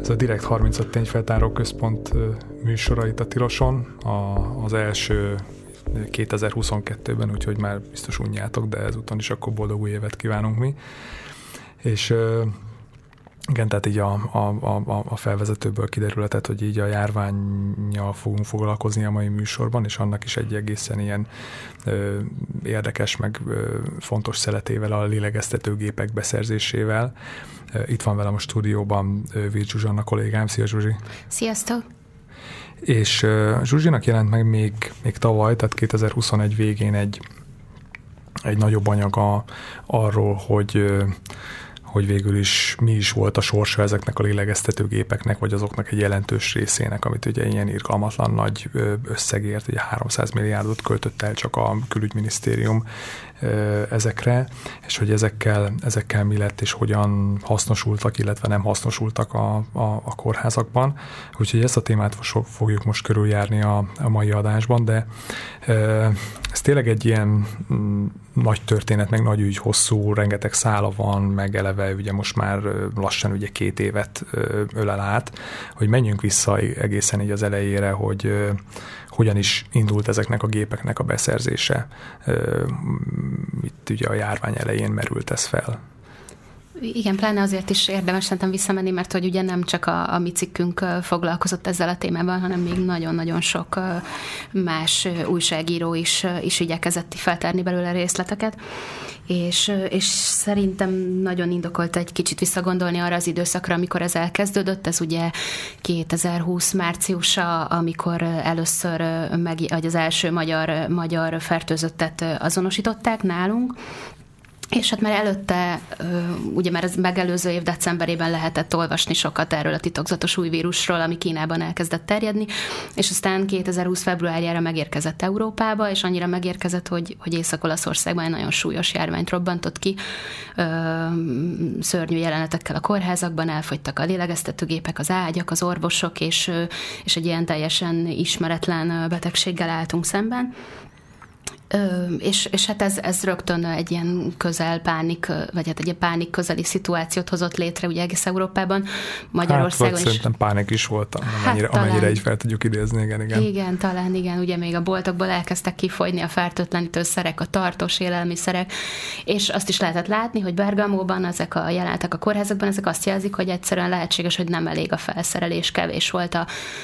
Ez a Direkt 35 tényfeltáró központ műsora itt a Tiloson, az első 2022-ben, úgyhogy már biztos unjátok, de ezúton is akkor boldog új évet kívánunk mi. És igen, tehát így a felvezetőből kiderülhetett, hogy így a járvánnyal fogunk foglalkozni a mai műsorban, és annak is egy egészen ilyen érdekes, meg fontos szeletével, a lélegeztetőgépek beszerzésével. Itt van velem a stúdióban Vircs Zsuzsanna kollégám. Szia, Zsuzsi! Sziasztok! És Zsuzsinak jelent meg még tavaly, tehát 2021 végén egy nagyobb anyaga arról, hogy végül is mi is volt a sorsa ezeknek a lélegeztetőgépeknek, vagy azoknak egy jelentős részének, amit ugye ilyen irgalmatlan nagy összegért, ugye 300 milliárdot költött el csak a külügyminisztérium ezekre, és hogy ezekkel mi lett, és hogyan hasznosultak, illetve nem hasznosultak a kórházakban. Úgyhogy ezt a témát fogjuk most körüljárni a mai adásban, de ez tényleg egy ilyen nagy történet, meg nagy ügy, hosszú, rengeteg szála van, meg eleve ugye most már lassan ugye 2 évet ölel át, hogy menjünk vissza egészen így az elejére, hogy hogyan is indult ezeknek a gépeknek a beszerzése. Itt ugye a járvány elején merült ez fel. Igen, pláne azért is érdemes szerintem visszamenni, mert hogy ugye nem csak a mi cikkünk foglalkozott ezzel a témával, hanem még nagyon-nagyon sok más újságíró is igyekezett feltárni belőle részleteket. És szerintem nagyon indokolt egy kicsit visszagondolni arra az időszakra, amikor ez elkezdődött. Ez ugye 2020 márciusa, amikor először az első magyar fertőzöttet azonosították nálunk. És hát már előtte, ugye már az megelőző év decemberében lehetett olvasni sokat erről a titokzatos új vírusról, ami Kínában elkezdett terjedni, és aztán 2020 februárjára megérkezett Európába, és annyira megérkezett, hogy Észak-Olaszországban egy nagyon súlyos járványt robbantott ki, szörnyű jelenetekkel a kórházakban, elfogytak a lélegeztetőgépek, az ágyak, az orvosok, és egy ilyen teljesen ismeretlen betegséggel álltunk szemben. És hát ez rögtön egy ilyen pánik, vagy hát egy pánik közeli szituációt hozott létre ugye egész Európában, Magyarországon is. Szerintem pánik is volt, amennyire így fel tudjuk idézni, igen. Igen, talán igen, ugye még a boltokból elkezdtek kifogyni a fertőtlenítőszerek, a tartós élelmiszerek, és azt is lehetett látni, hogy Bergamóban ezek a jelenetek a kórházakban, ezek azt jelzik, hogy egyszerűen lehetséges, hogy nem elég a felszerelés, kevés volt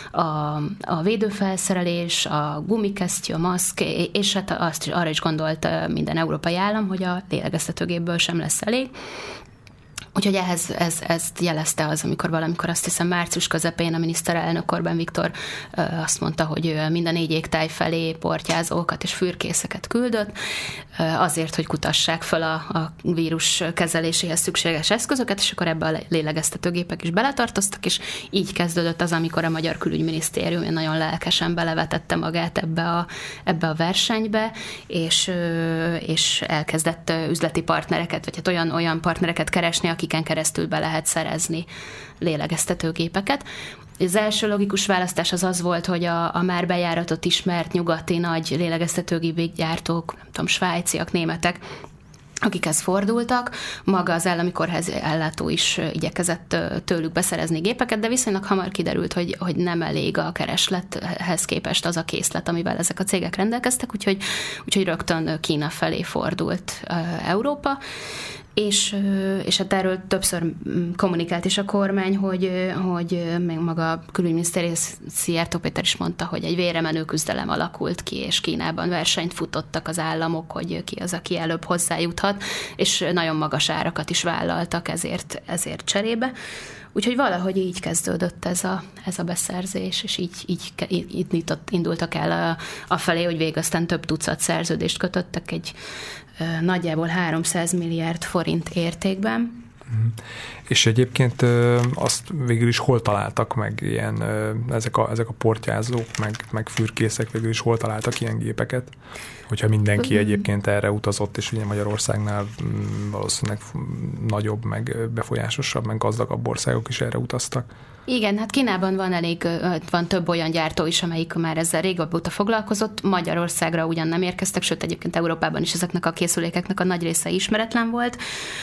a védőfelszerelés, a gumikesztyű, a maszk, és hát arra is gondolt minden európai állam, hogy a lélegeztetőgépből sem lesz elég. Úgyhogy ezt jelezte az, amikor valamikor azt hiszem március közepén a miniszterelnök Orbán Viktor azt mondta, hogy ő minden 4 égtáj felé portyázókat és fürkészeket küldött, azért, hogy kutassák fel a vírus kezeléséhez szükséges eszközöket, és akkor ebbe a lélegeztetőgépek is beletartoztak, és így kezdődött az, amikor a Magyar Külügyminisztérium nagyon lelkesen belevetette magát ebbe a versenybe, és elkezdett üzleti partnereket, vagy hát olyan partnereket keresni, akiken keresztül be lehet szerezni lélegeztetőgépeket. Az első logikus választás az volt, hogy a már bejáratott ismert nyugati nagy lélegeztetőgépgyártók, nem tudom, svájciak, németek, akikhez fordultak, maga az állami kórház ellátó is igyekezett tőlük beszerezni gépeket, de viszonylag hamar kiderült, hogy nem elég a kereslethez képest az a készlet, amivel ezek a cégek rendelkeztek, úgyhogy rögtön Kína felé fordult Európa, és hát erről többször kommunikált is a kormány, hogy még maga a külügyminiszter Szijjártó Péter is mondta, hogy egy véremenő küzdelem alakult ki, és Kínában versenyt futottak az államok, hogy ki az, aki előbb hozzájuthat, és nagyon magas árakat is vállaltak ezért cserébe. Úgyhogy valahogy így kezdődött ez a beszerzés, és így indultak el afelé, hogy végül aztán több tucat szerződést kötöttek egy nagyjából 300 milliárd forint értékben. És egyébként azt végül is hol találtak meg ilyen, ezek a portyázók, meg fürkészek végül is hol találtak ilyen gépeket? hogyha mindenki egyébként erre utazott, és ugye Magyarországnál valószínűleg nagyobb, meg befolyásosabb, meg gazdagabb országok is erre utaztak. Igen, hát Kínában van több olyan gyártó is, amelyik már ezzel régebb óta foglalkozott. Magyarországra ugyan nem érkeztek, sőt egyébként Európában is ezeknek a készülékeknek a nagy része ismeretlen volt,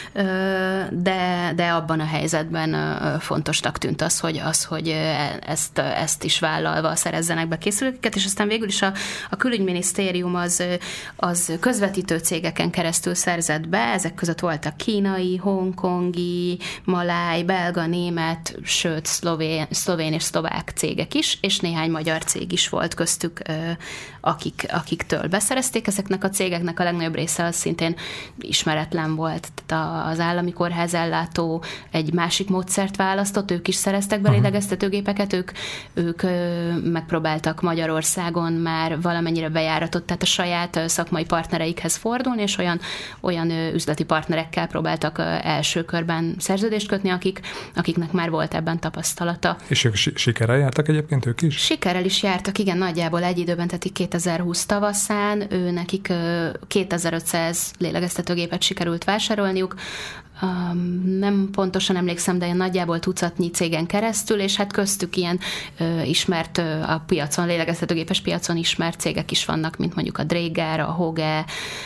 de abban a helyzetben fontosnak tűnt hogy ezt is vállalva szerezzenek be készülékeket, és aztán végül is a külügyminisztérium az közvetítő cégeken keresztül szerzett be, ezek között voltak kínai, hongkongi, maláj, belga, német, sőt szlovén és szlovák cégek is, és néhány magyar cég is volt köztük, akiktől beszerezték. Ezeknek a cégeknek a legnagyobb része az szintén ismeretlen volt. Tehát az állami kórházellátó egy másik módszert választott, ők is szereztek be lélegeztetőgépeket, ők megpróbáltak Magyarországon már valamennyire bejáratott, tehát a saját szakmai partnereikhez fordulni, és olyan üzleti partnerekkel próbáltak első körben szerződést kötni, akiknek már volt ebben tapasztalata. És ők sikerrel jártak egyébként ők is? Sikerrel is jártak, igen, nagyjából egy időben, tehát 2020 tavaszán nekik 2500 lélegeztetőgépet sikerült vásárolniuk, nem pontosan emlékszem, de nagyjából tucatnyi cégen keresztül, és hát köztük ilyen ismert a piacon, lélegeztetőgépes piacon ismert cégek is vannak, mint mondjuk a Dräger, a Hoge,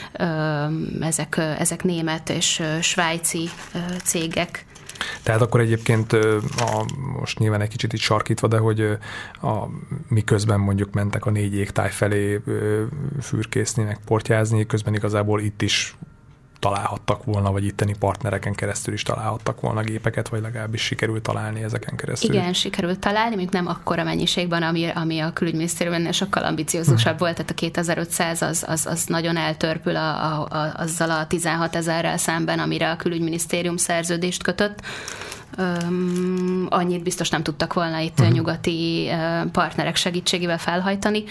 ezek német és svájci cégek. Tehát akkor egyébként most nyilván egy kicsit itt sarkítva, de hogy miközben mondjuk mentek a 4 égtáj felé fürkészni, meg portyázni, közben igazából itt is találhattak volna, vagy itteni partnereken keresztül is találhattak volna gépeket, vagy legalábbis sikerült találni ezeken keresztül. Igen, sikerült találni, még nem akkora mennyiségben, ami a külügyminisztériumban sokkal ambiciózusabb volt, tehát a 2500 az nagyon eltörpül azzal a 16 000-rel szemben, amire a külügyminisztérium szerződést kötött. Annyit biztos nem tudtak volna itt nyugati partnerek segítségével felhajtani,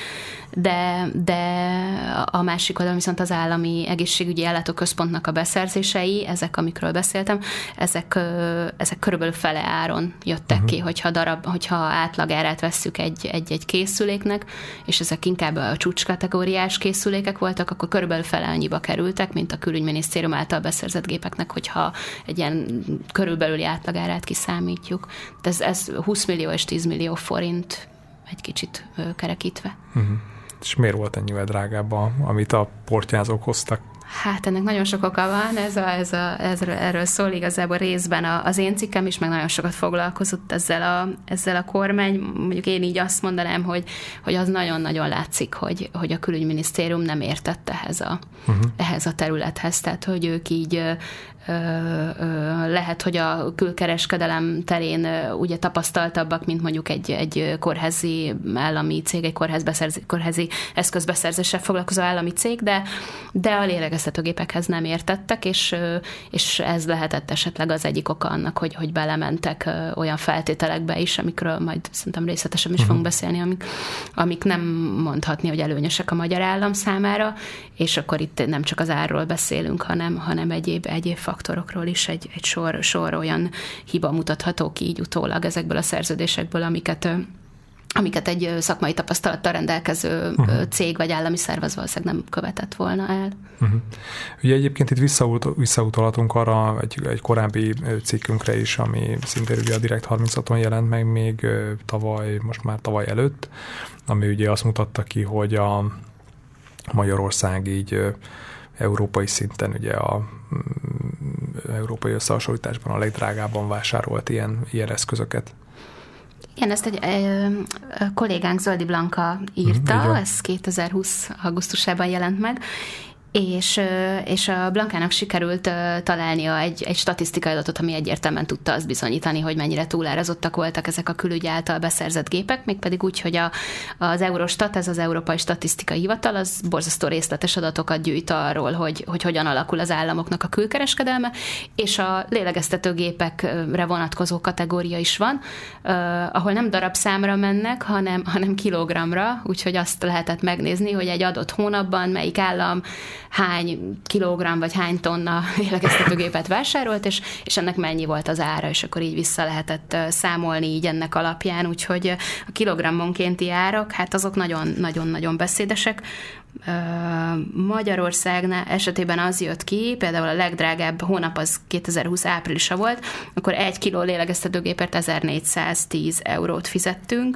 de a másik oldalon viszont az állami egészségügyi ellátóközpontnak a beszerzései, ezek, amikről beszéltem, ezek körülbelül fele áron jöttek ki, hogyha átlagárát vesszük egy készüléknek, és ezek inkább a csúcskategóriás készülékek voltak, akkor körülbelül fele annyiba kerültek, mint a külügyminisztérium által beszerzett gépeknek, hogyha egy ilyen körülbelüli átlagárát kiszámítjuk. De ez 20 millió és 10 millió forint egy kicsit kerekítve. És miért volt ennyivel drágább, amit a portyázók hoztak? Hát ennek nagyon sok oka van, erről szól igazából részben az én cikkem is, meg nagyon sokat foglalkozott ezzel a kormány. Mondjuk én így azt mondanám, hogy az nagyon-nagyon látszik, hogy a külügyminisztérium nem értett ehhez a területhez, tehát hogy ők így lehet, hogy a külkereskedelem terén ugye tapasztaltabbak, mint mondjuk egy kórházi állami cég, egy kórházi eszközbeszerzéssel foglalkozó állami cég, de a lélegeztetőgépekhez nem értettek, és ez lehetett esetleg az egyik oka annak, hogy belementek olyan feltételekbe is, amikről majd szerintem részletesen is fogunk beszélni, amik nem mondhatni, hogy előnyösek a magyar állam számára, és akkor itt nem csak az árról beszélünk, hanem egyéb faktorokról is egy sor olyan hiba mutatható ki így utólag ezekből a szerződésekből, amiket egy szakmai tapasztalattal rendelkező cég vagy állami szerv az valószínűleg nem követett volna el. Ugye egyébként itt visszautalhatunk arra egy korábbi cikkünkre is, ami szintén ugye a Direkt 36-on jelent meg még most már tavaly előtt, ami ugye azt mutatta ki, hogy a Magyarország így európai szinten ugye a európai összehasonlításban a legdrágábban vásárolt ilyen eszközöket. Igen, ezt egy kollégánk Zöldi Blanka írta, ez 2020 augusztusában jelent meg, és a Blankának sikerült találnia egy statisztikai adatot, ami egyértelműen tudta azt bizonyítani, hogy mennyire túlárazottak voltak ezek a külügy által beszerzett gépek, mégpedig úgy, hogy az Eurostat, ez az Európai Statisztikai Hivatal, az borzasztó részletes adatokat gyűjt arról, hogy hogyan alakul az államoknak a külkereskedelme, és a lélegeztetőgépekre vonatkozó kategória is van, ahol nem darabszámra mennek, hanem kilogramra, úgyhogy azt lehetett megnézni, hogy egy adott hónapban melyik állam hány kilogramm vagy hány tonna lélegeztetőgépet vásárolt, és ennek mennyi volt az ára, és akkor így vissza lehetett számolni így ennek alapján, úgyhogy a kilogrammonkénti árak, hát azok nagyon-nagyon beszédesek. Magyarország esetében az jött ki, például a legdrágább hónap az 2020 áprilisa volt, akkor 1 kiló lélegeztetőgépért 1410 eurót fizettünk,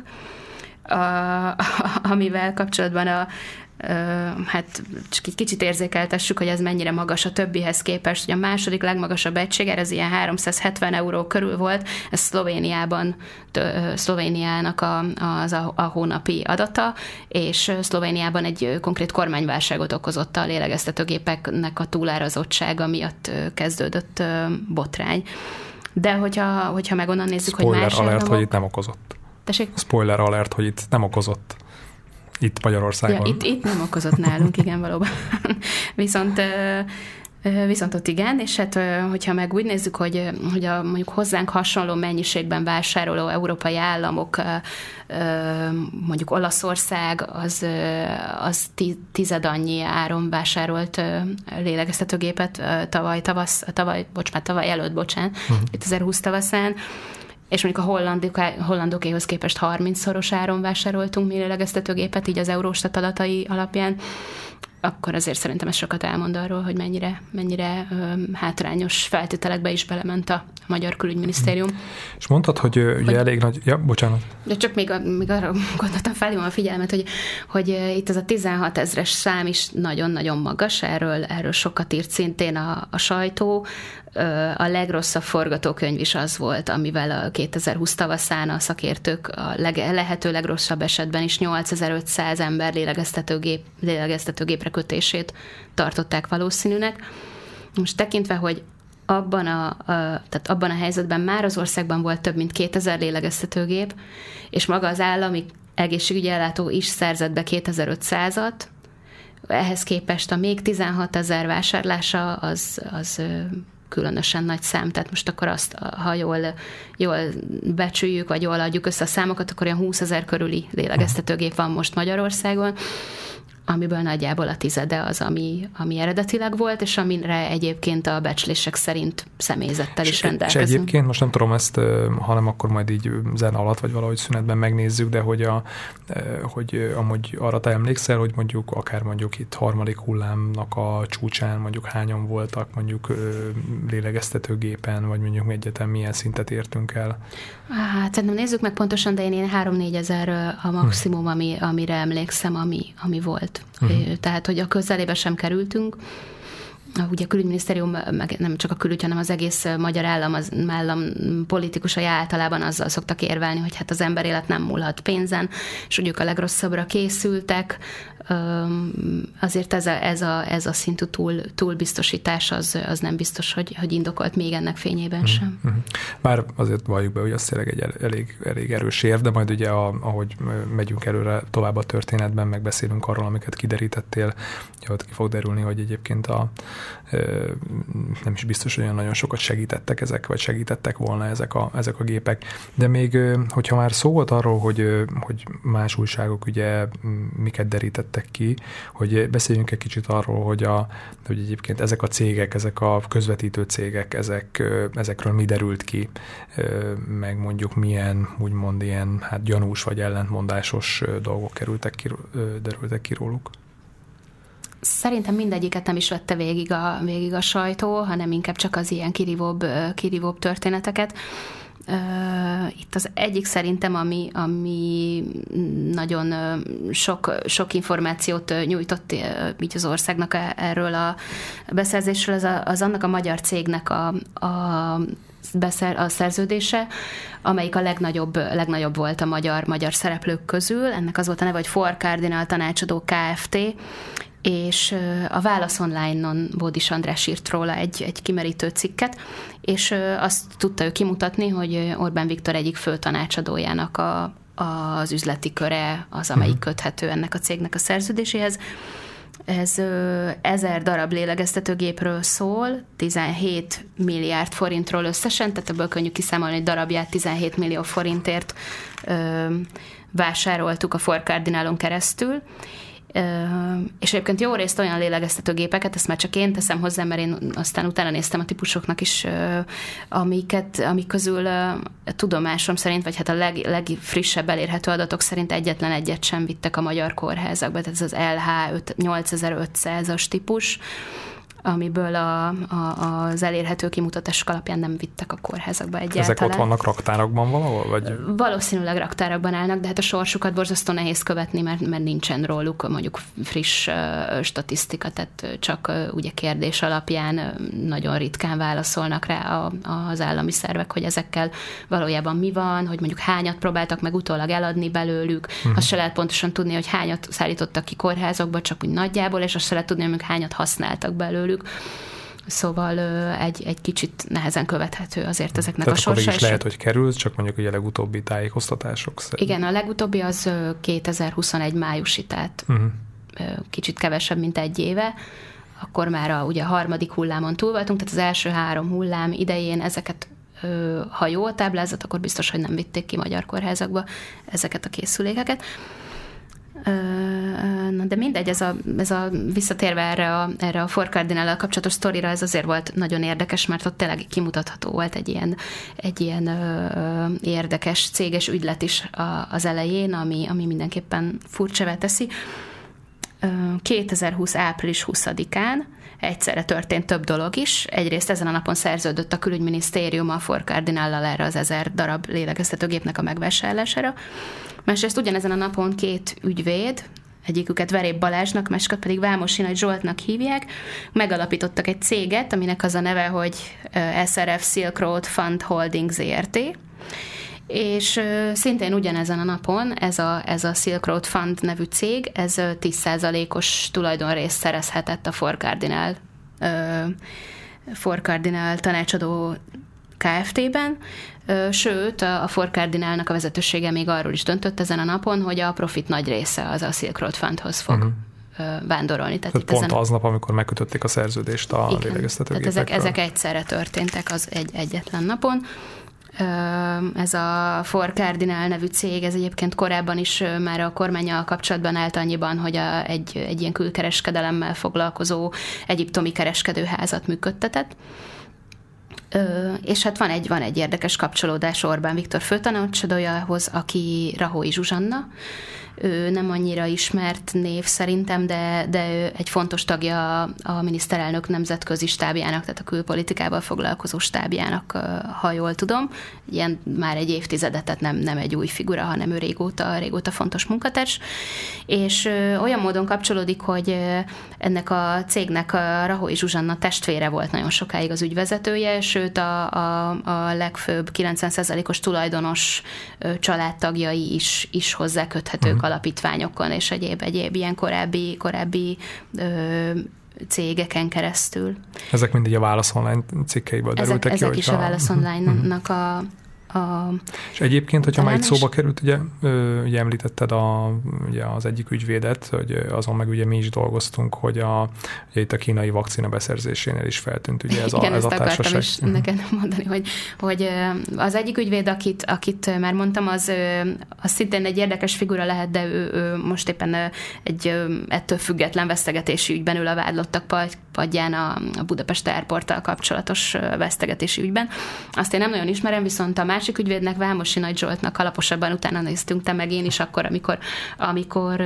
amivel kapcsolatban hát kicsit érzékeltessük, hogy ez mennyire magas a többihez képest, hogy a második legmagasabb egység, ez ilyen 370 euró körül volt, ez Szlovéniának a hónapi adata, és Szlovéniában egy konkrét kormányválságot okozott a lélegeztetőgépeknek a túlárazottsága miatt kezdődött botrány. De hogyha meg onnan nézzük, Spoiler hogy más alert, államok... hogy itt nem okozott. Tessék? Spoiler alert, hogy itt nem okozott. Itt Magyarországon. Ja, itt nem okozott nálunk, igen, valóban. Viszont ott igen, és hát hogyha meg úgy nézzük, hogy mondjuk hozzánk hasonló mennyiségben vásároló európai államok, mondjuk Olaszország, az 10 annyi áron vásárolt lélegeztetőgépet tavaly előtt, 2020 tavaszán, és mondjuk a hollandokéhoz képest 30-szoros áron vásároltunk mi lélegeztetőgépet, így az Eurostat adatai alapján, akkor azért szerintem ez sokat elmond arról, hogy mennyire hátrányos feltételekbe is belement a Magyar Külügyminisztérium. És mondtad, hogy ugye elég nagy... Ja, bocsánat. De csak még arra gondoltam, felhívom a figyelmet, hogy itt ez a 16 000-es szám is nagyon-nagyon magas, erről sokat írt szintén a sajtó. A legrosszabb forgatókönyv is az volt, amivel a 2020 tavaszán a szakértők a lehető legrosszabb esetben is 8500 ember lélegeztetőgépre kötését tartották valószínűnek. Most tekintve, hogy abban a helyzetben már az országban volt több mint 2000 lélegeztetőgép, és maga az állami egészségügyi ellátó is szerzett be 2500-at, ehhez képest a még 16 000 vásárlása az különösen nagy szám, tehát most akkor azt, ha jól becsüljük, vagy jól adjuk össze a számokat, akkor olyan 20 000 körüli lélegeztetőgép van most Magyarországon, amiből nagyjából a 10 az, ami eredetileg volt, és amire egyébként a becslések szerint személyzettel is rendelkezünk. És egyébként most nem tudom ezt, hanem akkor majd így zene alatt, vagy valahogy szünetben megnézzük, de hogy amúgy arra te emlékszel, hogy mondjuk itt harmadik hullámnak a csúcsán mondjuk hányan voltak mondjuk lélegeztetőgépen, vagy mondjuk egyetem milyen szintet értünk el? Hát nem nézzük meg pontosan, de én 3-4 ezer a maximum, amire emlékszem, ami volt. Tehát, hogy a közelébe sem kerültünk. Ugye a külügyminisztérium, meg nem csak a külügy, hanem az egész magyar állam politikusai általában azzal szoktak érvelni, hogy hát az emberélet nem múlhat pénzen, és úgy ők a legrosszabbra készültek. Azért ez a szintű túlbiztosítás az nem biztos, hogy indokolt még ennek fényében sem. Bár azért valljuk be, hogy az tényleg egy elég erős érv, de majd ugye ahogy megyünk előre tovább a történetben, megbeszélünk arról, amiket kiderítettél, ott ki fog derülni, hogy egyébként nem is biztos, hogy olyan nagyon sokat segítettek ezek, vagy segítettek volna ezek a gépek. De még, hogyha már szó volt arról, hogy más újságok ugye miket derítettek ki, hogy beszéljünk egy kicsit arról, hogy egyébként ezek a cégek, ezek a közvetítő cégek, ezekről mi derült ki, meg mondjuk milyen, úgymond ilyen gyanús vagy ellentmondásos dolgok derültek ki róluk. Szerintem mindegyiket nem is vette végig a sajtó, hanem inkább csak az ilyen kirívóbb történeteket. Itt az egyik szerintem, ami nagyon sok információt nyújtott így az országnak erről a beszerzésről, az annak a magyar cégnek a szerződése, amelyik a legnagyobb volt a magyar szereplők közül. Ennek az volt a neve, hogy For Cardinal Tanácsadó Kft., és a Válasz Online-on Bódis András írt róla egy kimerítő cikket, és azt tudta ő kimutatni, hogy Orbán Viktor egyik fő tanácsadójának az üzleti köre az, amelyik köthető ennek a cégnek a szerződéséhez. Ez 1000 darab lélegeztetőgépről szól, 17 milliárd forintról összesen, tehát ebből könnyű kiszámolni, hogy darabját 17 millió forintért vásároltuk a For Cardinalon keresztül, És egyébként jó részt olyan lélegeztetőgépeket, ezt már csak én teszem hozzá, mert én aztán utána néztem a típusoknak is, amik közül tudomásom szerint, vagy hát a legfrissebb elérhető adatok szerint egyetlen egyet sem vittek a magyar kórházakba, tehát ez az LH 8500-as típus, amiből az elérhető kimutatások alapján nem vittek a kórházakba egyáltalán. Ezek ott vannak raktárakban valahol? Vagy? Valószínűleg raktárakban állnak, de hát a sorsukat borzasztó nehéz követni, mert nincsen róluk mondjuk friss statisztika, tehát csak ugye kérdés alapján nagyon ritkán válaszolnak rá az állami szervek, hogy ezekkel valójában mi van, hogy mondjuk hányat próbáltak meg utólag eladni belőlük, azt se lehet pontosan tudni, hogy hányat szállítottak ki kórházakba, csak úgy nagyjából, és azt se lehet tudni, hogy mondjuk hányat használtak belőlük. Szóval egy kicsit nehezen követhető azért ezeknek tehát a sorsa. Tehát lehet, hogy kerül, csak mondjuk ugye a legutóbbi tájékoztatások szerint. Igen, a legutóbbi az 2021 májusi, tehát kicsit kevesebb, mint egy éve. Akkor már ugye a harmadik hullámon túl voltunk, tehát az első 3 hullám idején ezeket, ha jó a táblázat, akkor biztos, hogy nem vitték ki magyar kórházakba ezeket a készülékeket. De mindegy, ez a visszatérve erre a Ford Cardinal-lal kapcsolatos sztorira, ez azért volt nagyon érdekes, mert ott tényleg kimutatható volt egy ilyen érdekes céges ügylet is az elején, ami mindenképpen furcsává teszi. 2020. április 20-án egyszerre történt több dolog is. Egyrészt ezen a napon szerződött a külügyminisztérium a Ford Cardinal-lal erre az 1000 darab lélegeztetőgépnek a megvásárlására. Másrészt ugyanezen a napon 2 ügyvéd, egyiküket Veréb Balázsnak, másikat pedig Vámosi Nagy Zsoltnak hívják, megalapítottak egy céget, aminek az a neve, hogy SRF Silk Road Fund Holding ZRT, és szintén ugyanezen a napon ez a Silk Road Fund nevű cég, ez 10%-os tulajdonrészt szerezhetett a Ford Cardinal tanácsadó Kft-ben, sőt, a Ford Cardinalnak a vezetősége még arról is döntött ezen a napon, hogy a profit nagy része az a Silk Road Fundhoz fog vándorolni. Tehát pont aznap, amikor megkötötték a szerződést a lélegeztetőgépekről. Tehát ezek egyszerre történtek az egyetlen napon. Ez a Ford Cardinal nevű cég, ez egyébként korábban is már a kormánnyal kapcsolatban állt annyiban, hogy egy ilyen külkereskedelemmel foglalkozó egyiptomi kereskedőházat működtetett. És hát van egy érdekes kapcsolódás Orbán Viktor főtanácsadójához, aki Rahói Zsuzsanna. Ő nem annyira ismert név szerintem, de ő egy fontos tagja a miniszterelnök nemzetközi stábjának, tehát a külpolitikával foglalkozó stábjának, ha jól tudom. Ilyen már egy évtizedet, tehát nem egy új figura, hanem ő régóta fontos munkatárs. És olyan módon kapcsolódik, hogy ennek a cégnek a Rahói Zsuzsanna testvére volt nagyon sokáig az ügyvezetője, sőt a legfőbb 90%-os tulajdonos családtagjai is hozzáköthetők alapítványokon és egyéb ilyen korábbi cégeken keresztül. Ezek mindig a Válasz Online cikkeiből derültek ki. Ezek is a Válasz Online-nak és egyébként, hogyha már itt szóba került, ugye említetted ugye az egyik ügyvédet, hogy azon meg ugye mi is dolgoztunk, hogy ugye itt a kínai vakcina beszerzésénél is feltűnt ugye ez igen, a ezt társaság. akartam is neked mondani, hogy az egyik ügyvéd, akit már mondtam, az szintén egy érdekes figura lehet, de ő most éppen egy ettől független vesztegetési ügyben ül a vádlottak padján a Budapest Airporttal kapcsolatos vesztegetési ügyben. Azt én nem nagyon ismerem, viszont a másik ügyvédnek, Vámosi Nagy Zsoltnak alaposabban utána néztünk, te meg én is akkor, amikor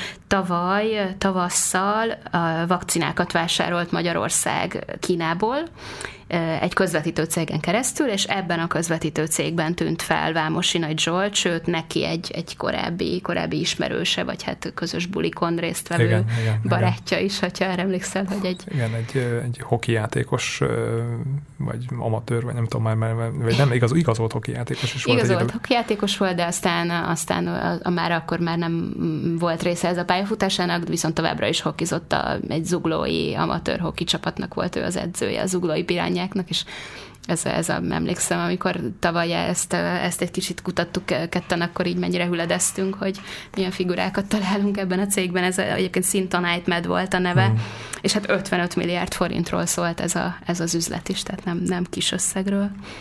tavasszal vakcinákat vásárolt Magyarország Kínából, egy közvetítő cégen keresztül, és ebben a közvetítő cégben tűnt fel Vámosi Nagy Zsolt, sőt neki egy korábbi ismerőse, vagy hát közös bulikon résztvevő barátja is, hogyha erre emlékszel, hogy egy hoki játékos, vagy amatőr, vagy nem tudom már, vagy nem, igazolt hoki játékos is volt. Igazolt hoki játékos volt, de aztán már akkor már nem volt része ez a pályafutásának, viszont továbbra is hokizott egy zuglói amatőr hoki csapatnak volt ő az edzője, a zuglói Pirányáknak, és emlékszem, amikor tavaly ezt egy kicsit kutattuk ketten, akkor így mennyire hüledeztünk, hogy milyen figurákat találunk ebben a cégben. Ez egyébként Syntonite volt a neve, és hát 55 milliárd forintról szólt ez az üzlet is, tehát nem kis összegről.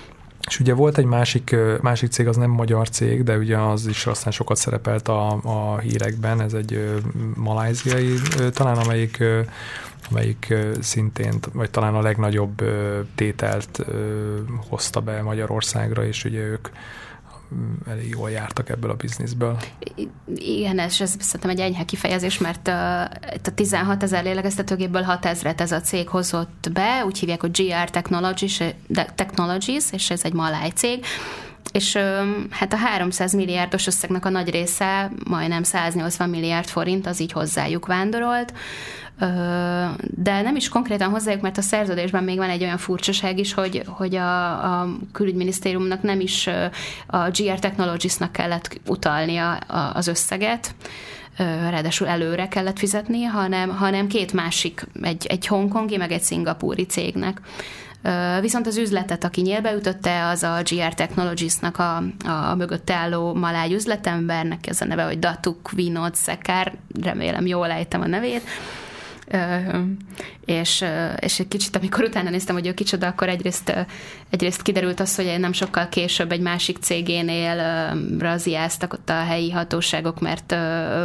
És ugye volt egy másik cég, az nem magyar cég, de ugye az is aztán sokat szerepelt a hírekben, ez egy malajziai, talán amelyik szintén, vagy talán a legnagyobb tételt hozta be Magyarországra, és ugye ők elég jól jártak ebből a bizniszből. Igen, ez szerintem egy enyhe kifejezés, mert a 16 000 lélegeztetőgépből 6 000-et ez a cég hozott be, úgy hívják, hogy GR Technologies, és ez egy maláj cég, és hát a 300 milliárdos összegnek a nagy része, majdnem 180 milliárd forint, az így hozzájuk vándorolt, de nem is konkrétan hozzájuk, mert a szerződésben még van egy olyan furcsaság is, hogy a külügyminisztériumnak nem is a GR Technologiesnak kellett utalnia az összeget, ráadásul előre kellett fizetni, hanem két másik, egy hongkongi, meg egy szingapúri cégnek. Viszont az üzletet, aki nyílbeütötte, az a GR Technologies-nak a mögötte álló maláj üzletembernek, ez a neve, hogy Datuk Vinod Sekar, remélem jól ejtem a nevét, és egy kicsit, amikor utána néztem, hogy ő kicsoda, akkor egyrészt kiderült az, hogy nem sokkal később egy másik cégénél raziáztak ott a helyi hatóságok, mert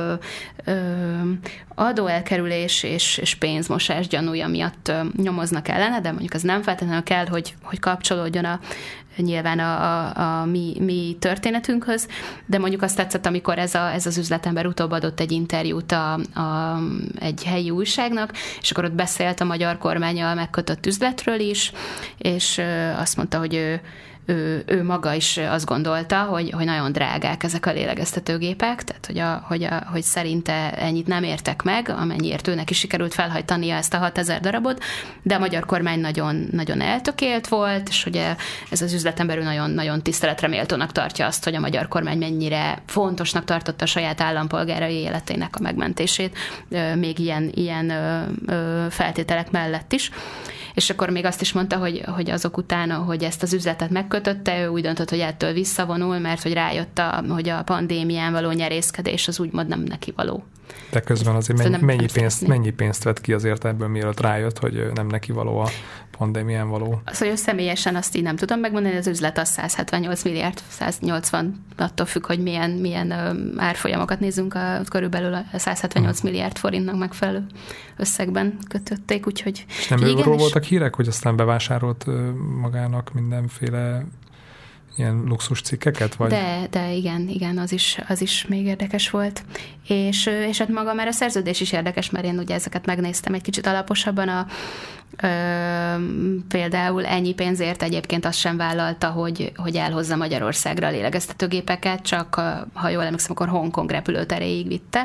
adóelkerülés és pénzmosás gyanúja miatt nyomoznak ellene, de mondjuk az nem feltétlenül kell, hogy kapcsolódjon nyilván a mi történetünkhöz, de mondjuk azt tetszett, amikor ez az üzletember utóbb adott egy interjút egy helyi újságnak, és akkor ott beszélt a magyar kormánnyal megkötött üzletről is, és azt mondta, hogy ő maga is azt gondolta, hogy nagyon drágák ezek a lélegeztetőgépek, tehát hogy szerinte ennyit nem értek meg, amennyiért őnek is sikerült felhajtania ezt a 6000 darabot, de a magyar kormány nagyon, nagyon eltökélt volt, és ugye ez az üzletember nagyon, nagyon tiszteletre méltónak tartja azt, hogy a magyar kormány mennyire fontosnak tartotta a saját állampolgárai életének a megmentését, még ilyen feltételek mellett is. És akkor még azt is mondta, hogy azok után, hogy ezt az üzletet megkötötte, ő úgy döntött, hogy ettől visszavonul, mert hogy rájött, hogy a pandémián való nyerészkedés az úgymond nem neki való. De közben azért mennyi pénzt vett ki azért ebből, mielőtt rájött, hogy nem neki való a pandémián való? Az, hogy ő személyesen azt így nem tudom megmondani, az üzlet az 178 milliárd, 180, attól függ, hogy milyen árfolyamokat nézzünk, körülbelül a 178 milliárd forintnak megfelelő összegben kötötték, úgyhogy... És nem őről voltak hírek, hogy aztán bevásárolt magának mindenféle ilyen luxus cikkeket? Vagy? De igen, az is még érdekes volt. És hát maga már a szerződés is érdekes, mert én ugye ezeket megnéztem egy kicsit alaposabban. Például ennyi pénzért egyébként azt sem vállalta, hogy elhozza Magyarországra a lélegeztetőgépeket, csak ha jól emlékszem, akkor Hongkong repülőteréig vitte,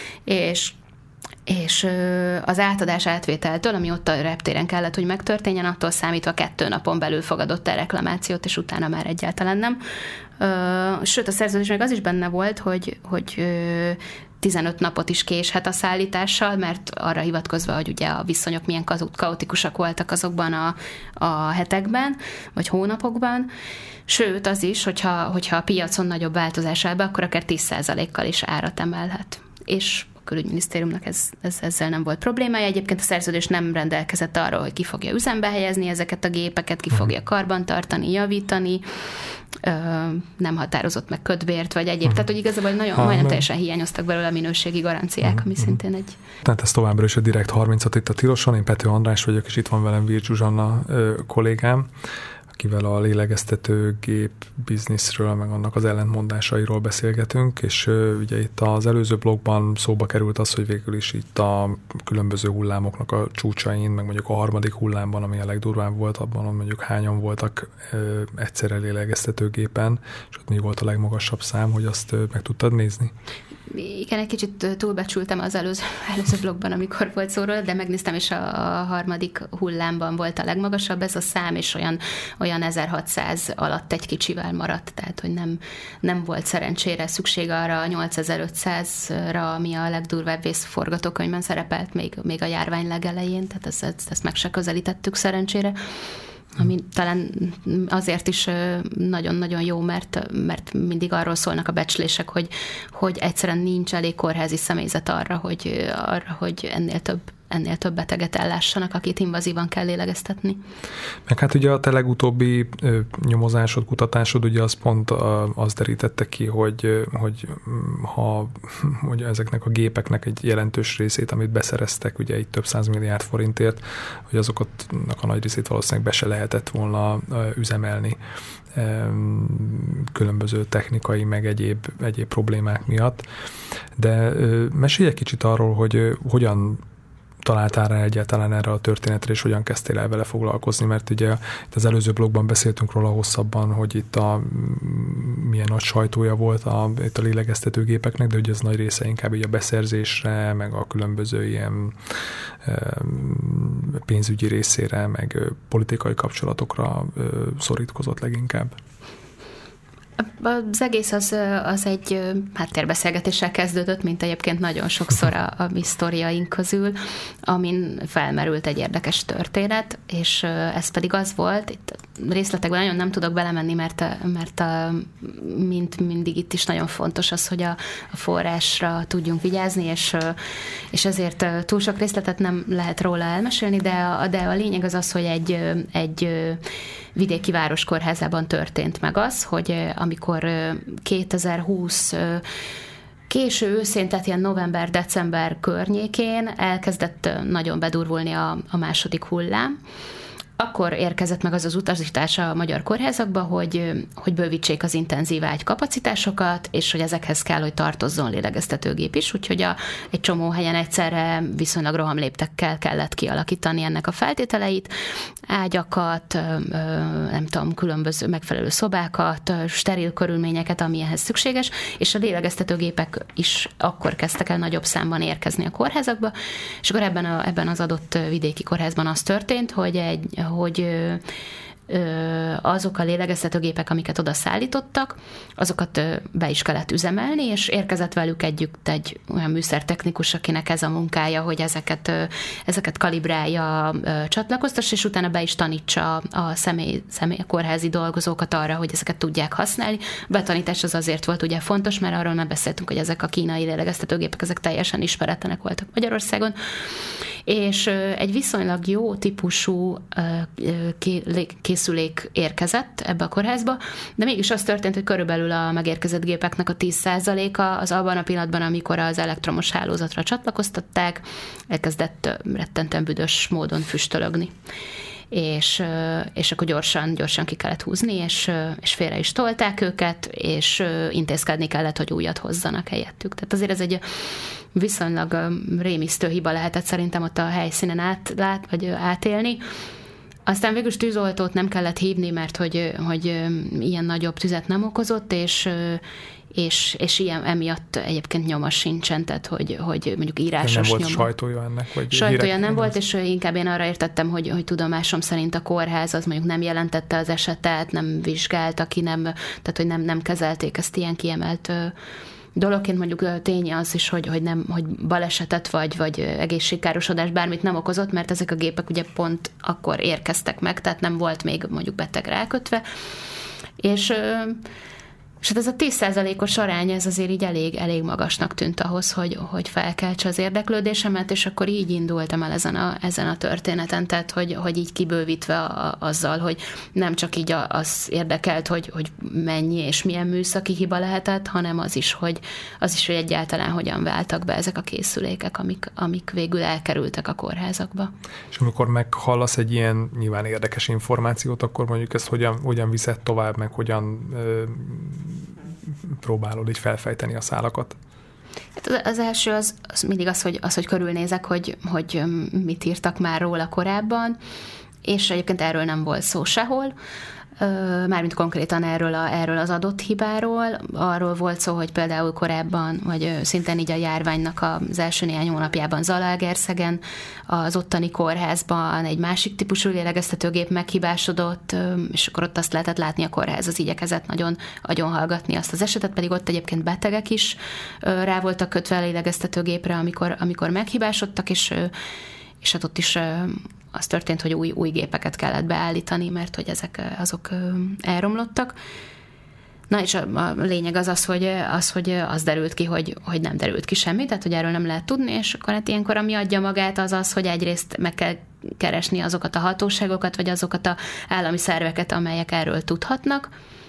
és az átadás átvételtől, ami ott a reptéren kellett, hogy megtörténjen, attól számítva 2 napon belül fogadott el reklamációt, és utána már egyáltalán nem. Sőt, a szerződés még az is benne volt, hogy 15 napot is késhet a szállítással, mert arra hivatkozva, hogy ugye a viszonyok milyen kaotikusak voltak azokban a hetekben, vagy hónapokban. Sőt, az is, hogyha a piacon nagyobb változás áll be, akkor akár 10%-kal is árat emelhet. És a külügyminisztériumnak ezzel nem volt problémája. Egyébként a szerződés nem rendelkezett arról, hogy ki fogja üzembe helyezni ezeket a gépeket, ki fogja karbantartani, javítani, nem határozott meg kötbért, vagy egyéb. Tehát, hogy igazából majdnem teljesen hiányoztak belőle a minőségi garanciák, ami szintén egy... Tehát ez továbbra is a Direkt 30-at itt a Tiloson. Én Pető András vagyok, és itt van velem Vircs Zsuzsanna kollégám, akivel a lélegeztetőgép bizniszről, meg annak az ellentmondásairól beszélgetünk, és ugye itt az előző blogban szóba került az, hogy végül is itt a különböző hullámoknak a csúcsain, meg mondjuk a harmadik hullámban, ami a legdurvább volt, abban mondjuk hányan voltak egyszerre lélegeztetőgépen, és ott mi volt a legmagasabb szám, hogy azt meg tudtad nézni? Igen, egy kicsit túlbecsültem az előző blogban, amikor volt szóról, de megnéztem, és a harmadik hullámban volt a legmagasabb ez a szám, és olyan 1600 alatt egy kicsivel maradt, tehát hogy nem volt szerencsére szükség arra a 8500-ra, ami a legdurvább vészforgatókönyvben szerepelt még a járvány legelején, tehát ezt meg se közelítettük szerencsére. Ami talán azért is nagyon-nagyon jó, mert mindig arról szólnak a becslések, hogy egyszerűen nincs elég kórházi személyzet arra, hogy ennél több ennél több beteget ellássanak, akit invazívan kell lélegeztetni. Meg hát ugye a te legutóbbi nyomozásod, kutatásod, ugye az pont az derítette ki, hogy ezeknek a gépeknek egy jelentős részét, amit beszereztek, ugye itt több 100 milliárd forintért, hogy azoknak a nagy részét valószínűleg be se lehetett volna üzemelni különböző technikai, meg egyéb problémák miatt. De mesélj egy kicsit arról, hogy hogyan találtál rá egyáltalán erre a történetre, és hogyan kezdtél el vele foglalkozni, mert ugye itt az előző blogban beszéltünk róla hosszabban, hogy itt milyen nagy sajtója volt itt a lélegeztetőgépeknek, de ugye ez nagy része inkább így a beszerzésre, meg a különböző ilyen pénzügyi részére, meg politikai kapcsolatokra szorítkozott leginkább. Az egész az egy háttérbeszélgetéssel kezdődött, mint egyébként nagyon sokszor a mi sztoriaink közül, amin felmerült egy érdekes történet, és ez pedig az volt, itt részletekben nagyon nem tudok belemenni, mert mint mindig itt is nagyon fontos az, hogy a forrásra tudjunk vigyázni, és ezért túl sok részletet nem lehet róla elmesélni, de a lényeg az, hogy egy vidéki város kórházában történt meg az, hogy amikor 2020 késő őszén, tehát ilyen november-december környékén elkezdett nagyon bedurvulni a második hullám, akkor érkezett meg az utasítás a magyar kórházakba, hogy bővítsék az intenzív ágykapacitásokat, és hogy ezekhez kell, hogy tartozzon lélegeztetőgép is, úgyhogy egy csomó helyen egyszerre viszonylag rohamléptekkel kellett kialakítani ennek a feltételeit, ágyakat, nem tudom, különböző megfelelő szobákat, steril körülményeket, ami ehhez szükséges, és a lélegeztetőgépek is akkor kezdtek el nagyobb számban érkezni a kórházakba, és akkor ebben az adott vidéki kórházban az történt, hogy azok a lélegeztetőgépek, amiket oda szállítottak, azokat be is kellett üzemelni, és érkezett velük együtt egy olyan műszertechnikus, akinek ez a munkája, hogy ezeket kalibrálja, csatlakoztassa, és utána be is tanítsa a kórházi dolgozókat arra, hogy ezeket tudják használni. A betanítás az azért volt ugye fontos, mert arról már beszéltünk, hogy ezek a kínai lélegeztetőgépek, ezek teljesen ismeretlenek voltak Magyarországon, és egy viszonylag jó típusú készülék érkezett ebbe a kórházba, de mégis az történt, hogy körülbelül a megérkezett gépeknek a 10%-a az abban a pillanatban, amikor az elektromos hálózatra csatlakoztatták, elkezdett rettentően büdös módon füstölögni. És akkor gyorsan ki kellett húzni, és félre is tolták őket, és intézkedni kellett, hogy újat hozzanak helyettük. Tehát azért ez egy viszonylag rémisztő hiba lehetett szerintem ott a helyszínen átélni. Aztán végülis tűzoltót nem kellett hívni, mert hogy ilyen nagyobb tüzet nem okozott, és ilyen emiatt egyébként nyoma sincsen, tehát hogy mondjuk írásos nyoma. Nem volt sajtója ennek? Vagy sajtója nem volt, és inkább én arra értettem, hogy tudomásom szerint a kórház az mondjuk nem jelentette az esetet, nem vizsgálta ki, tehát hogy nem kezelték ezt ilyen kiemelt dologként. Mondjuk tény az is, hogy balesetet vagy egészségkárosodást bármit nem okozott, mert ezek a gépek ugye pont akkor érkeztek meg, tehát nem volt még mondjuk beteg rákötve. És hát ez a 10%-os arány, ez azért így elég magasnak tűnt ahhoz, hogy felkeltse az érdeklődésemet, és akkor így indultam el ezen a történeten, tehát hogy így kibővítve azzal, hogy nem csak így az érdekelt, hogy mennyi és milyen műszaki hiba lehetett, hanem az is, hogy egyáltalán hogyan váltak be ezek a készülékek, amik végül elkerültek a kórházakba. És amikor meghallasz egy ilyen nyilván érdekes információt, akkor mondjuk ezt hogyan viszed tovább, meg hogyan próbálod így felfejteni a szálakat? Az első az mindig az, hogy körülnézek, hogy mit írtak már róla korábban, és egyébként erről nem volt szó sehol. Mármint konkrétan erről az adott hibáról. Arról volt szó, hogy például korábban, vagy szintén így a járványnak az első néhány hónapjában Zalaegerszegen, az ottani kórházban egy másik típusú lélegeztetőgép meghibásodott, és akkor ott azt lehetett látni, a kórház az igyekezett nagyon agyonhallgatni azt az esetet, pedig ott egyébként betegek is rá voltak kötve a lélegeztetőgépre, amikor meghibásodtak, és hát ott is az történt, hogy új gépeket kellett beállítani, mert hogy azok elromlottak. Na és a lényeg az, hogy az derült ki, hogy nem derült ki semmi, tehát hogy erről nem lehet tudni, és akkor hát ilyenkor ami adja magát az, hogy egyrészt meg kell keresni azokat a hatóságokat, vagy azokat az állami szerveket, amelyek erről tudhatnak,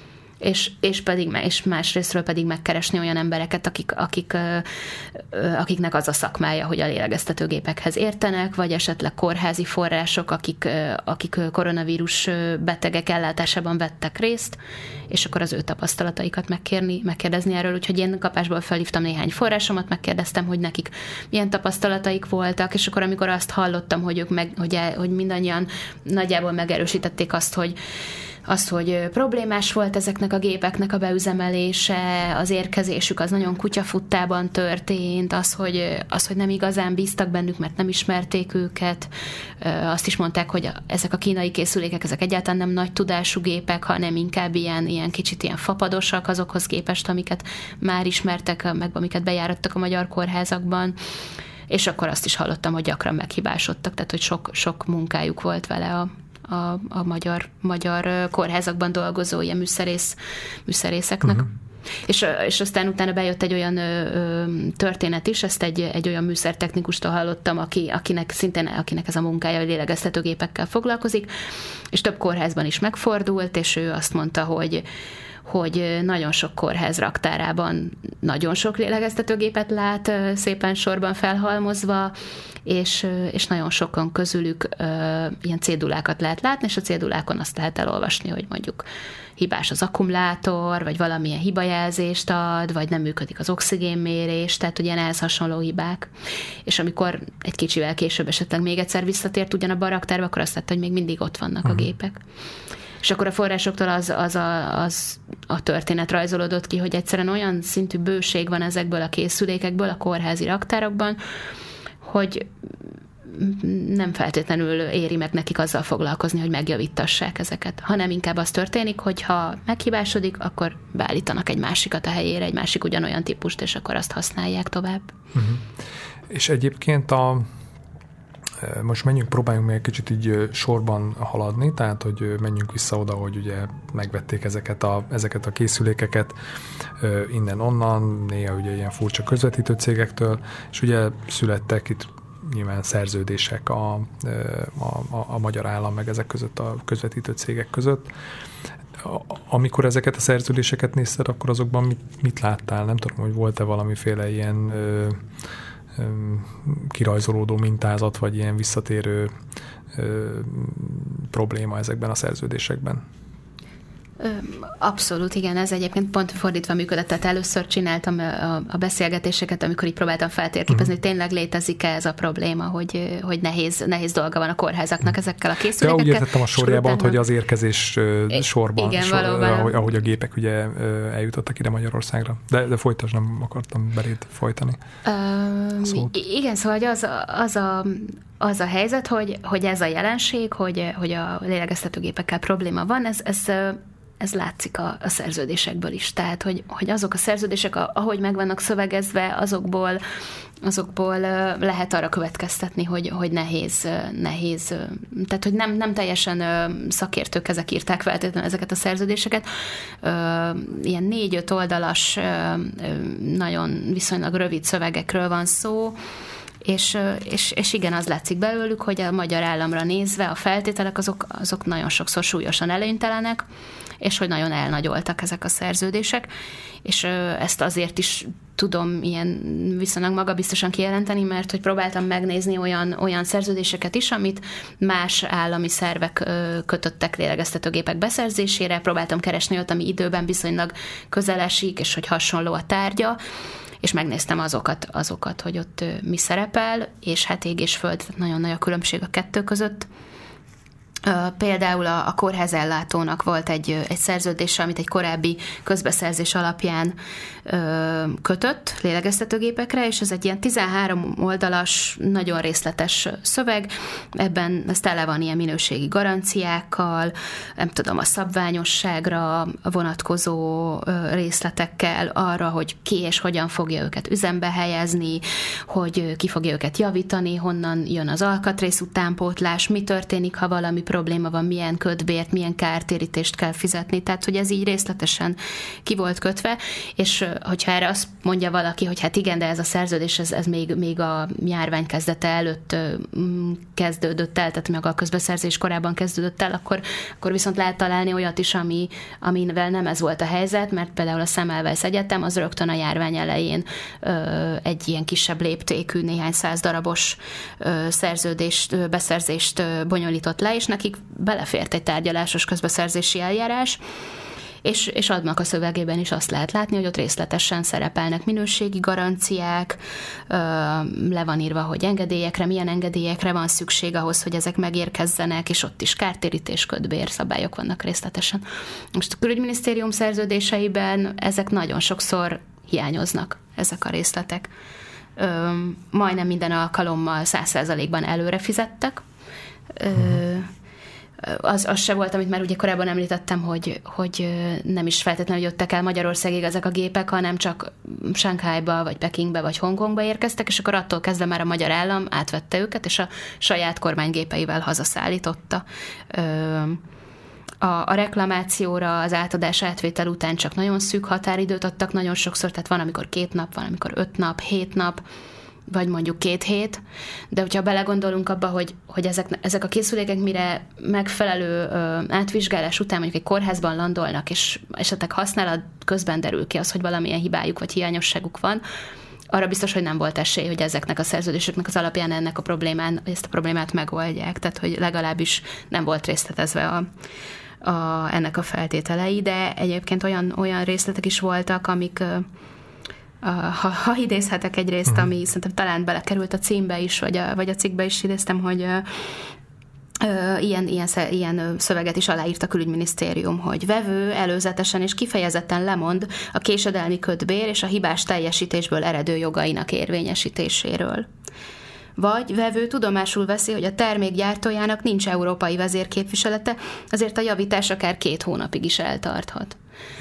és másrésztről pedig megkeresni olyan embereket, akiknek az a szakmája, hogy a lélegeztetőgépekhez értenek, vagy esetleg kórházi források, akik koronavírus betegek ellátásában vettek részt, és akkor az ő tapasztalataikat megkérdezni erről. Úgyhogy én kapásból felhívtam néhány forrásomat, megkérdeztem, hogy nekik milyen tapasztalataik voltak, és akkor amikor azt hallottam, hogy ők hogy mindannyian nagyjából megerősítették azt, hogy problémás volt ezeknek a gépeknek a beüzemelése, az érkezésük az nagyon kutyafuttában történt, az, hogy nem igazán bíztak bennük, mert nem ismerték őket. Azt is mondták, hogy ezek a kínai készülékek, ezek egyáltalán nem nagy tudású gépek, hanem inkább ilyen kicsit ilyen fapadosak azokhoz képest, amiket már ismertek, meg amiket bejárattak a magyar kórházakban. És akkor azt is hallottam, hogy gyakran meghibásodtak, tehát hogy sok munkájuk volt vele a magyar kórházakban dolgozó ilyen műszerészeknek. És aztán utána bejött egy olyan történet is, ezt egy olyan műszertechnikustól hallottam, akinek ez a munkája, hogy lélegeztetőgépekkel foglalkozik, és több kórházban is megfordult, és ő azt mondta, hogy nagyon sok kórház raktárában nagyon sok lélegeztetőgépet lát szépen sorban felhalmozva, és nagyon sokan közülük ilyen cédulákat lehet látni, és a cédulákon azt lehet elolvasni, hogy mondjuk hibás az akkumulátor, vagy valamilyen hibajelzést ad, vagy nem működik az oxigénmérés, tehát ugye ehhez hasonló hibák. És amikor egy kicsivel később esetleg még egyszer visszatért ugyanabba a raktárba, akkor azt látta, hogy még mindig ott vannak a gépek. És akkor a forrásoktól az a történet rajzolódott ki, hogy egyszerűen olyan szintű bőség van ezekből a készülékekből a kórházi raktárokban, hogy nem feltétlenül éri meg nekik azzal foglalkozni, hogy megjavítassák ezeket, hanem inkább az történik, hogy ha meghibásodik, akkor beállítanak egy másikat a helyére, egy másik ugyanolyan típust, és akkor azt használják tovább. És egyébként most próbáljunk még egy kicsit így sorban haladni, tehát, hogy menjünk vissza oda, hogy ugye megvették ezeket a készülékeket innen-onnan, néha ugye ilyen furcsa közvetítő cégektől, és ugye születtek itt nyilván szerződések a magyar állam meg ezek között a közvetítő cégek között. Amikor ezeket a szerződéseket nézted, akkor azokban mit láttál? Nem tudom, hogy volt-e valamiféle ilyen kirajzolódó mintázat, vagy ilyen visszatérő probléma ezekben a szerződésekben? Abszolút, igen, ez egyébként pont fordítva működött, tehát először csináltam a beszélgetéseket, amikor így próbáltam feltérképezni, hogy tényleg létezik-e ez a probléma, hogy nehéz dolga van a kórházaknak ezekkel a készülékekkel. De úgy értettem a sorjában, utána... hogy az érkezés sorban, igen, valóban. Ahogy a gépek ugye eljutottak ide Magyarországra. De folytasd, nem akartam beléd folytani. Igen, szóval az a helyzet, hogy ez a jelenség, hogy a lélegeztetőgépekkel probléma van, ez látszik a szerződésekből is. Tehát, hogy azok a szerződések, ahogy meg vannak szövegezve, azokból lehet arra következtetni, hogy nehéz. Tehát, hogy nem teljesen szakértők ezek írták feltétlenül ezeket a szerződéseket. Ilyen 4-5 oldalas, nagyon viszonylag rövid szövegekről van szó, és igen, az látszik belőlük, hogy a magyar államra nézve a feltételek azok nagyon sokszor súlyosan előnytelenek, és hogy nagyon elnagyoltak ezek a szerződések, és ezt azért is tudom ilyen viszonylag magabiztosan kijelenteni, mert hogy próbáltam megnézni olyan szerződéseket is, amit más állami szervek kötöttek lélegeztetőgépek beszerzésére, próbáltam keresni ott, ami időben viszonylag közel esik, és hogy hasonló a tárgya, és megnéztem azokat, hogy ott mi szerepel, és hát ég és föld, nagyon nagy a különbség a kettő között. Például a kórházellátónak volt egy szerződése, amit egy korábbi közbeszerzés alapján kötött lélegeztetőgépekre, és ez egy ilyen 13 oldalas, nagyon részletes szöveg, ebben ez tele van ilyen minőségi garanciákkal, nem tudom, a szabványosságra vonatkozó részletekkel, arra, hogy ki és hogyan fogja őket üzembe helyezni, hogy ki fogja őket javítani, honnan jön az alkatrész utánpótlás, mi történik, ha valami probléma van, milyen kötbért, milyen kártérítést kell fizetni, tehát hogy ez így részletesen ki volt kötve, és hogyha erre azt mondja valaki, hogy hát igen, de ez a szerződés, ez még a járvány kezdete előtt kezdődött el, tehát meg a közbeszerzés korában kezdődött el, akkor viszont lehet találni olyat is, amivel nem ez volt a helyzet, mert például a Semmelweis Egyetem az rögtön a járvány elején egy ilyen kisebb léptékű, néhány száz darabos beszerzést bonyolított le, és nekik belefért egy tárgyalásos közbeszerzési eljárás, és adnak a szövegében is azt lehet látni, hogy ott részletesen szerepelnek minőségi garanciák, le van írva, hogy engedélyekre, milyen engedélyekre van szükség ahhoz, hogy ezek megérkezzenek, és ott is kártérítés, kötbér szabályok vannak részletesen. Most a külügyminisztérium szerződéseiben ezek nagyon sokszor hiányoznak, ezek a részletek. Majdnem minden alkalommal 100%-ban előre fizettek. Az se volt, amit már ugye korábban említettem, hogy nem is feltétlenül jöttek el Magyarországig ezek a gépek, hanem csak Shanghaiba, vagy Pekingbe, vagy Hongkongba érkeztek, és akkor attól kezdve már a magyar állam átvette őket, és a saját kormánygépeivel hazaszállította. A reklamációra, az átadás átvétel után csak nagyon szűk határidőt adtak nagyon sokszor, tehát van, amikor 2 nap, van, amikor 5 nap, 7 nap, vagy mondjuk 2 hét, de hogyha belegondolunk abba, hogy ezek a készülékek mire megfelelő átvizsgálás után mondjuk egy kórházban landolnak, és esetleg használat közben derül ki az, hogy valamilyen hibájuk vagy hiányosságuk van, arra biztos, hogy nem volt esély, hogy ezeknek a szerződéseknek az alapján ezt a problémát megoldják, tehát hogy legalábbis nem volt részletezve ennek a feltételei, de egyébként olyan részletek is voltak, amik ha idézhetek egy részt, ami szerintem talán belekerült a címbe is, vagy a cikkbe is idéztem, hogy ilyen szöveget is aláírt a külügyminisztérium, hogy vevő előzetesen és kifejezetten lemond a késedelmi kötbér és a hibás teljesítésből eredő jogainak érvényesítéséről. Vagy vevő tudomásul veszi, hogy a termék gyártójának nincs európai vezérképviselete, azért a javítás akár 2 hónapig is eltarthat.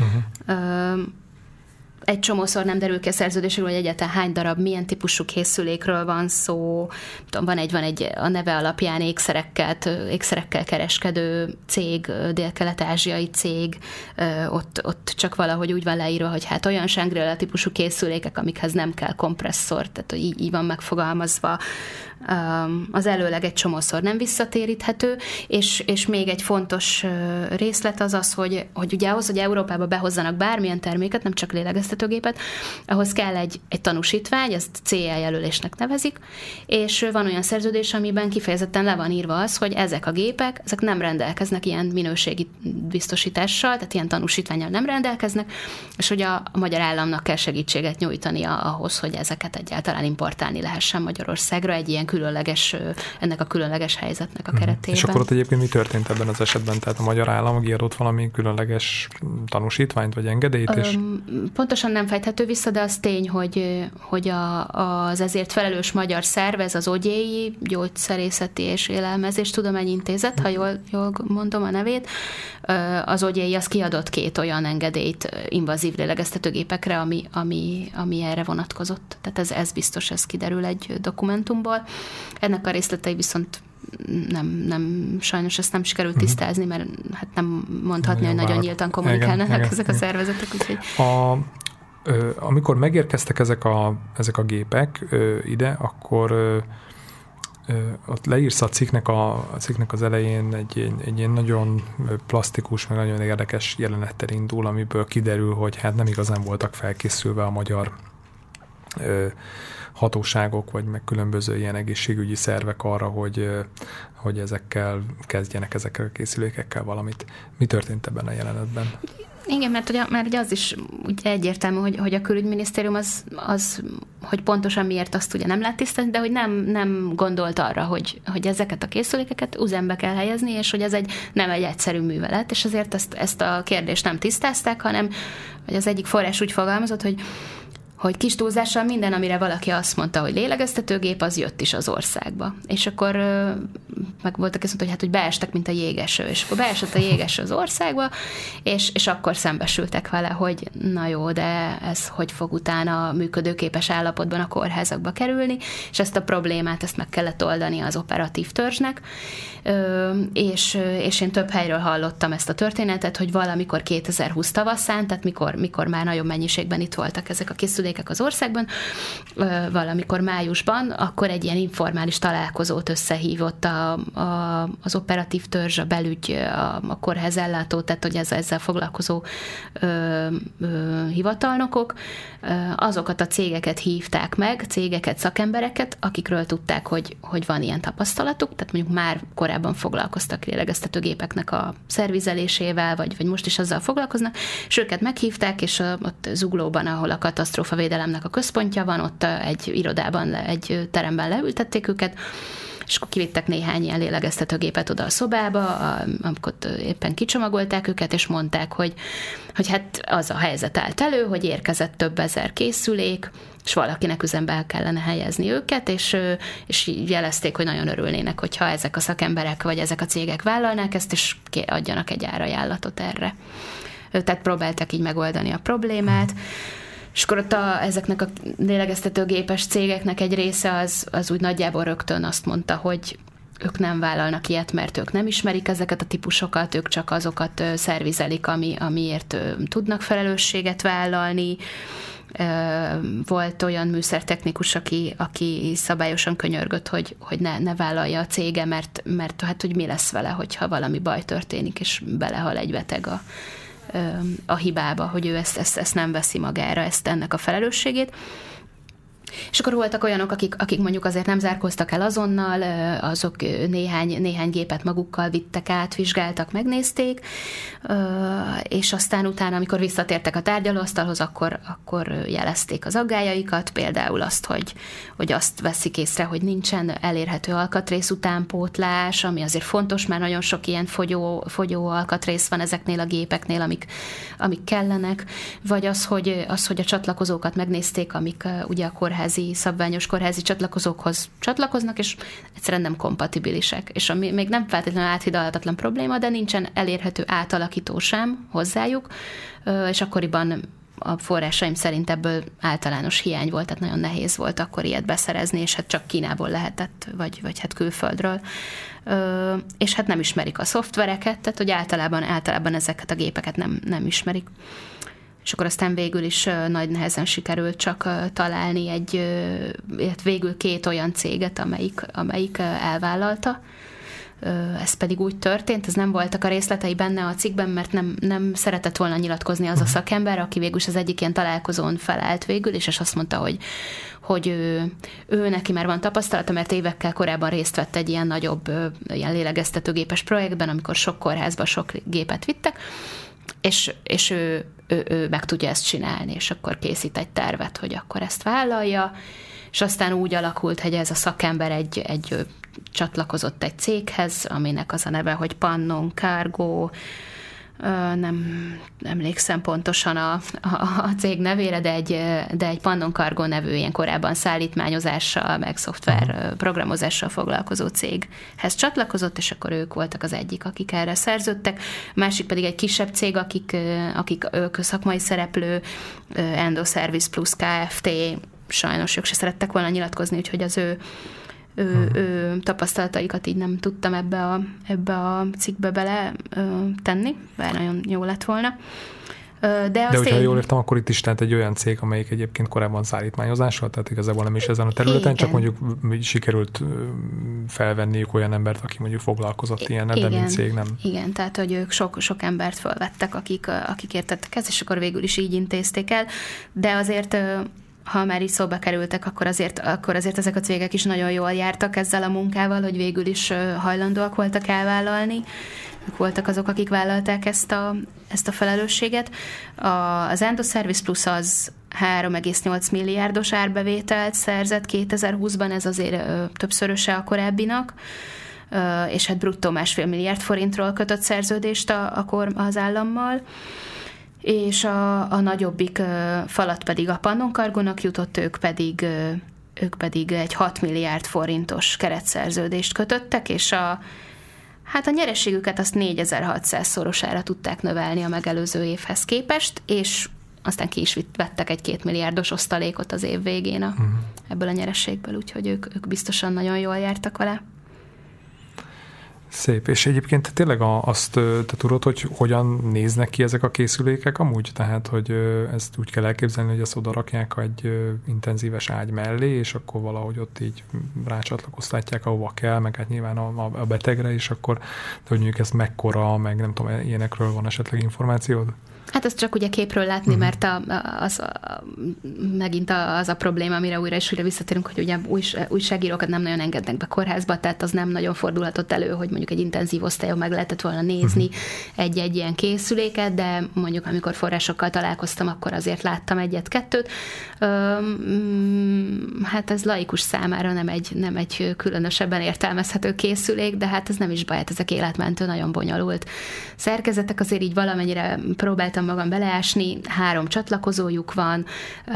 Egy csomószor nem derül ki a szerződésről, hogy egyáltalán hány darab, milyen típusú készülékről van szó. Van egy a neve alapján ékszerekkel kereskedő cég, dél-kelet-ázsiai cég, ott csak valahogy úgy van leírva, hogy hát olyan Shangri-La típusú készülékek, amikhez nem kell kompresszor, tehát így van megfogalmazva. Az előleg egy csomószor nem visszatéríthető, és még egy fontos részlet az, hogy ugye ahhoz, hogy Európába behozzanak bármilyen terméket, nem csak lélegeztetőgépet, ahhoz kell egy tanúsítvány, ezt CE jelölésnek nevezik, és van olyan szerződés, amiben kifejezetten le van írva az, hogy ezek a gépek, ezek nem rendelkeznek ilyen minőségi biztosítással, tehát ilyen tanúsítvánnyal nem rendelkeznek, és hogy a magyar államnak kell segítséget nyújtania ahhoz, hogy ezeket egyáltalán importálni lehessen Magyarországra egy ilyen ennek a különleges helyzetnek a keretében. És akkor ott egyébként mi történt ebben az esetben? Tehát a magyar állam kiadott valami különleges tanúsítványt vagy engedélyt? Pontosan nem fejthető vissza, de az tény, hogy az ezért felelős magyar szerv, ez az OGI, Gyógyszerészeti és Élelmezéstudományi Intézet, ha jól mondom a nevét, az OGI az kiadott 2 olyan engedélyt invazív lélegeztetőgépekre, ami erre vonatkozott. Tehát ez biztos, ez kiderül egy dokumentumból. Ennek a részletei viszont nem sajnos ezt nem sikerült tisztázni, mert hát nem mondhatni, hogy nagyon nyíltan kommunikálnak ezek a szervezetek. Úgyhogy... Amikor megérkeztek ezek a gépek ide, akkor ott leírsz a cikknek az elején egy ilyen nagyon plastikus, meg nagyon érdekes jelenettel indul, amiből kiderül, hogy hát nem igazán voltak felkészülve a magyar hatóságok, vagy meg különböző ilyen egészségügyi szervek arra, hogy ezekkel ezekkel a készülékekkel valamit. Mi történt ebben a jelenetben? Igen, mert ugye az is ugye egyértelmű, hogy a külügyminisztérium az, hogy pontosan miért azt ugye nem lát tisztázni, de hogy nem gondolt arra, hogy ezeket a készülékeket üzembe kell helyezni, és hogy ez nem egy egyszerű művelet, és azért ezt a kérdést nem tisztázták, hanem hogy az egyik forrás úgy fogalmazott, hogy hogy kis túlzással minden, amire valaki azt mondta, hogy lélegeztetőgép, az jött is az országba. És akkor meg voltak azt mondta, hogy beestek, mint a jégeső. És akkor beesett a jégeső az országba, és akkor szembesültek vele, hogy na jó, de ez hogy fog utána működőképes állapotban a kórházakba kerülni, és ezt a problémát, ezt meg kellett oldani az operatív törzsnek, és én több helyről hallottam ezt a történetet, hogy valamikor 2020 tavaszán, tehát mikor már nagyobb mennyiségben itt voltak ezek a készülékek az országban, valamikor májusban, akkor egy ilyen informális találkozót összehívott az operatív törzs, a belügy, a kórház ellátó, tehát hogy ezzel foglalkozó hivatalnokok, azokat a cégeket hívták meg, cégeket, szakembereket, akikről tudták, hogy van ilyen tapasztalatuk, tehát mondjuk már korábban foglalkoztak lélegeztetőgépeknek a szervizelésével, vagy most is azzal foglalkoznak, és őket meghívták, és ott Zuglóban, ahol a katasztrófavédelemnek a központja van, ott egy irodában, egy teremben leültették őket, és akkor kivittek néhány ilyen lélegeztetőgépet oda a szobába, amikor éppen kicsomagolták őket, és mondták, hogy hát az a helyzet állt elő, hogy érkezett több ezer készülék, és valakinek üzembe el kellene helyezni őket, és jelezték, hogy nagyon örülnének, hogyha ezek a szakemberek, vagy ezek a cégek vállalnák ezt, és adjanak egy árajánlatot erre. Tehát próbáltak így megoldani a problémát, és akkor ott ezeknek a lélegeztetőgépes cégeknek egy része az úgy nagyjából rögtön azt mondta, hogy ők nem vállalnak ilyet, mert ők nem ismerik ezeket a típusokat, ők csak azokat szervizelik, amiért tudnak felelősséget vállalni. Volt olyan műszertechnikus, aki szabályosan könyörgött, hogy ne vállalja a cége, mert hát hogy mi lesz vele, hogyha valami baj történik, és belehal egy beteg a hibába, hogy ő ezt nem veszi magára, ennek a felelősségét. És akkor voltak olyanok, akik mondjuk azért nem zárkóztak el azonnal, azok néhány gépet magukkal vittek át, vizsgáltak, megnézték, és aztán utána, amikor visszatértek a tárgyalóasztalhoz, akkor jelezték az aggályaikat, például azt, hogy azt veszik észre, hogy nincsen elérhető alkatrész utánpótlás, ami azért fontos, mert nagyon sok ilyen fogyó alkatrész van ezeknél a gépeknél, amik kellenek, vagy az, hogy a csatlakozókat megnézték, amik ugye a szabványos kórházi csatlakozókhoz csatlakoznak, és egyszerűen nem kompatibilisek. És ami még nem feltétlenül áthidalhatatlan probléma, de nincsen elérhető átalakító sem hozzájuk, és akkoriban a forrásaim szerint ebből általános hiány volt, tehát nagyon nehéz volt akkor ilyet beszerezni, és hát csak Kínából lehetett, vagy hát külföldről. És hát nem ismerik a szoftvereket, tehát hogy általában ezeket a gépeket nem ismerik. És akkor aztán végül is nagy nehezen sikerült csak találni végül 2 olyan céget, amelyik elvállalta. Ez pedig úgy történt, ez nem voltak a részletei benne a cikkben, mert nem szeretett volna nyilatkozni az a szakember, aki végül is az egyik ilyen találkozón felállt végül, és azt mondta, hogy ő neki már van tapasztalata, mert évekkel korábban részt vett egy ilyen nagyobb ilyen lélegeztetőgépes projektben, amikor sok kórházba sok gépet vittek, és ő meg tudja ezt csinálni, és akkor készít egy tervet, hogy akkor ezt vállalja, és aztán úgy alakult, hogy ez a szakember egy csatlakozott egy céghez, aminek az a neve, hogy Pannon Cargo, nem emlékszem pontosan a cég nevére, de egy Pannon Cargo nevű ilyen korábban szállítmányozással, meg szoftver programozással foglalkozó céghez csatlakozott, és akkor ők voltak az egyik, akik erre szerződtek. Másik pedig egy kisebb cég, akik ők szakmai szereplő, Endoservice Plus Kft. Sajnos ők se szerettek volna nyilatkozni, úgyhogy az ő tapasztalataikat így nem tudtam ebbe a cikkbe bele tenni, bár nagyon jó lett volna. De hogyha jól értem, akkor itt is tehát egy olyan cég, amelyik egyébként korábban szállítmányozással, tehát igazából nem is ezen a területen, igen. Csak mondjuk sikerült felvenniük olyan embert, aki mondjuk foglalkozott ilyennel, de mint cég nem. Igen, tehát hogy ők sok embert felvettek, akik értettek ezt, és akkor végül is így intézték el, de azért ha már így szóba kerültek, akkor azért ezek a cégek is nagyon jól jártak ezzel a munkával, hogy végül is hajlandóak voltak elvállalni. Ők voltak azok, akik vállalták ezt a felelősséget. Az Endoservice Plus az 3,8 milliárdos árbevételt szerzett 2020-ban, ez azért többszöröse a korábbinak, és hát bruttó 1,5 milliárd forintról kötött szerződést az állammal. és a nagyobbik falat pedig a Pannonkargónak jutott, ők pedig egy 6 milliárd forintos keretszerződést kötöttek, és a nyereségüket azt 4600-szorosára tudták növelni a megelőző évhez képest, és aztán ki is vettek egy 2 milliárdos osztalékot az év végén ebből a nyereségből, úgyhogy ők biztosan nagyon jól jártak vele. Szép, és egyébként tényleg azt te tudod, hogy hogyan néznek ki ezek a készülékek amúgy? Tehát, hogy ezt úgy kell elképzelni, hogy ezt oda rakják egy intenzíves ágy mellé, és akkor valahogy ott így rácsatlakoztatják, ahova kell, meg hát nyilván a betegre, és akkor, hogy mondjuk ez mekkora, meg nem tudom, ilyenekről van esetleg információd? Hát ezt csak ugye képről látni, mert megint az a probléma, amire újra és újra visszatérünk, hogy ugye újságírókat nem nagyon engednek be kórházba, tehát az nem nagyon fordulhatott elő, hogy mondjuk egy intenzív osztályon meg lehetett volna nézni egy egy-ilyen készüléket, de mondjuk amikor forrásokkal találkoztam, akkor azért láttam egyet-kettőt. Hát ez laikus számára nem egy különösebben értelmezhető készülék, de hát ez nem is baj, hát ezek életmentő, nagyon bonyolult szerkezetek, azért így valamennyire próbáltam magam beleásni, 3 csatlakozójuk van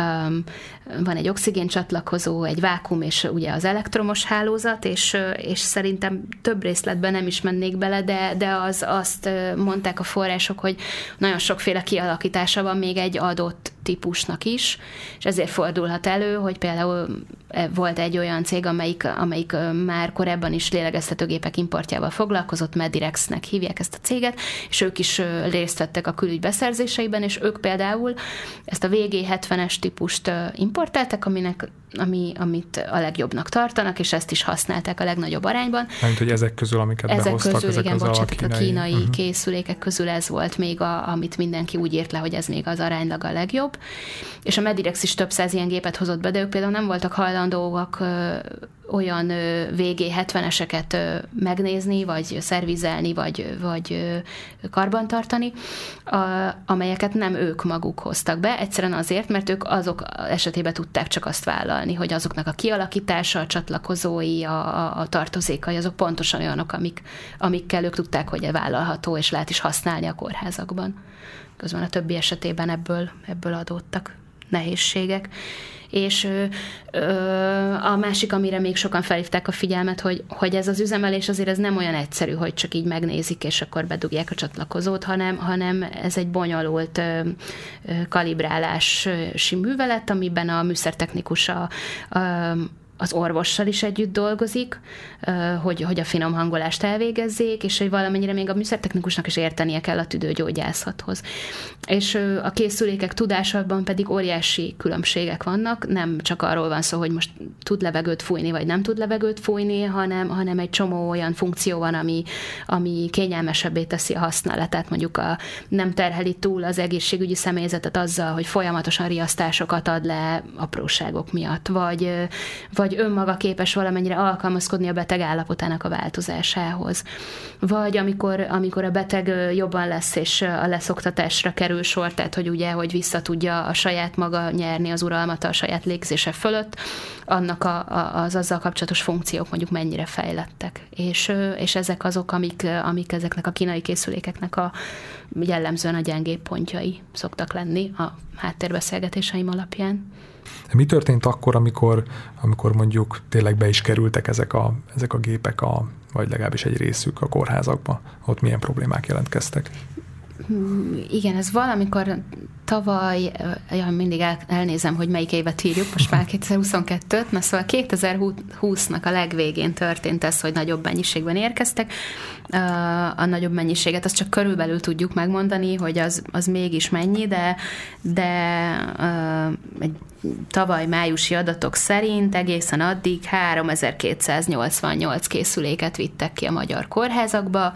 egy oxigén csatlakozó, egy vákum, és ugye az elektromos hálózat, és szerintem több részletben nem is mennék bele, de azt mondták a források, hogy nagyon sokféle kialakítása van még egy adott típusnak is, és ezért fordulhat elő, hogy például volt egy olyan cég, amelyik már korábban is lélegeztetőgépek importjával foglalkozott, Medirexnek hívják ezt a céget, és ők is részt vettek a külügy beszerzéseiben, és ők például ezt a VG70-es típust importáltak, amit a legjobbnak tartanak, és ezt is használták a legnagyobb arányban. Mint hogy ezek közül, amiket behoztak, a kínai készülékek közül ez volt még, amit mindenki úgy írt le, hogy ez még az aránylag a legjobb. És a Medirex is több száz ilyen gépet hozott be, de ők például nem voltak hajlandóak olyan VG70-eseket megnézni, vagy szervizelni, vagy karbantartani, amelyeket nem ők maguk hoztak be, egyszerűen azért, mert ők azok esetében tudták csak azt vállalni, hogy azoknak a kialakítása, a csatlakozói, a tartozékai, azok pontosan olyanok, amikkel ők tudták, hogy vállalható, és lehet is használni a kórházakban. Közben a többi esetében ebből adódtak nehézségek. És a másik, amire még sokan felhívták a figyelmet, hogy ez az üzemelés azért ez nem olyan egyszerű, hogy csak így megnézik, és akkor bedugják a csatlakozót, hanem ez egy bonyolult kalibrálási művelet, amiben a műszertechnikus az orvossal is együtt dolgozik, hogy a finom hangolást elvégezzék, és hogy valamennyire még a műszertechnikusnak is értenie kell a tüdőgyógyászathoz. És a készülékek tudásában pedig óriási különbségek vannak, nem csak arról van szó, hogy most tud levegőt fújni, vagy nem tud levegőt fújni, hanem egy csomó olyan funkció van, ami kényelmesebbé teszi a használatát, mondjuk nem terheli túl az egészségügyi személyzetet azzal, hogy folyamatosan riasztásokat ad le apróságok miatt, vagy önmaga képes valamennyire alkalmazkodni a beteg állapotának a változásához. Vagy amikor a beteg jobban lesz, és a leszoktatásra kerül sor, tehát hogy vissza tudja a saját maga nyerni az uralmat a saját légzése fölött, annak az azzal kapcsolatos funkciók mondjuk mennyire fejlettek. És ezek azok, amik ezeknek a kínai készülékeknek jellemzően a gyengébb pontjai szoktak lenni a háttérbeszélgetéseim alapján. Mi történt akkor, amikor mondjuk tényleg be is kerültek ezek a gépek, vagy legalábbis egy részük a kórházakba? Ott milyen problémák jelentkeztek? Igen, ez valamikor tavaly, mindig elnézem, hogy melyik évet írjuk, most már 2022-t, na szóval 2020-nak a legvégén történt ez, hogy nagyobb mennyiségben érkeztek. A nagyobb mennyiséget azt csak körülbelül tudjuk megmondani, hogy az mégis mennyi, de tavaly májusi adatok szerint egészen addig 3288 készüléket vittek ki a magyar kórházakba,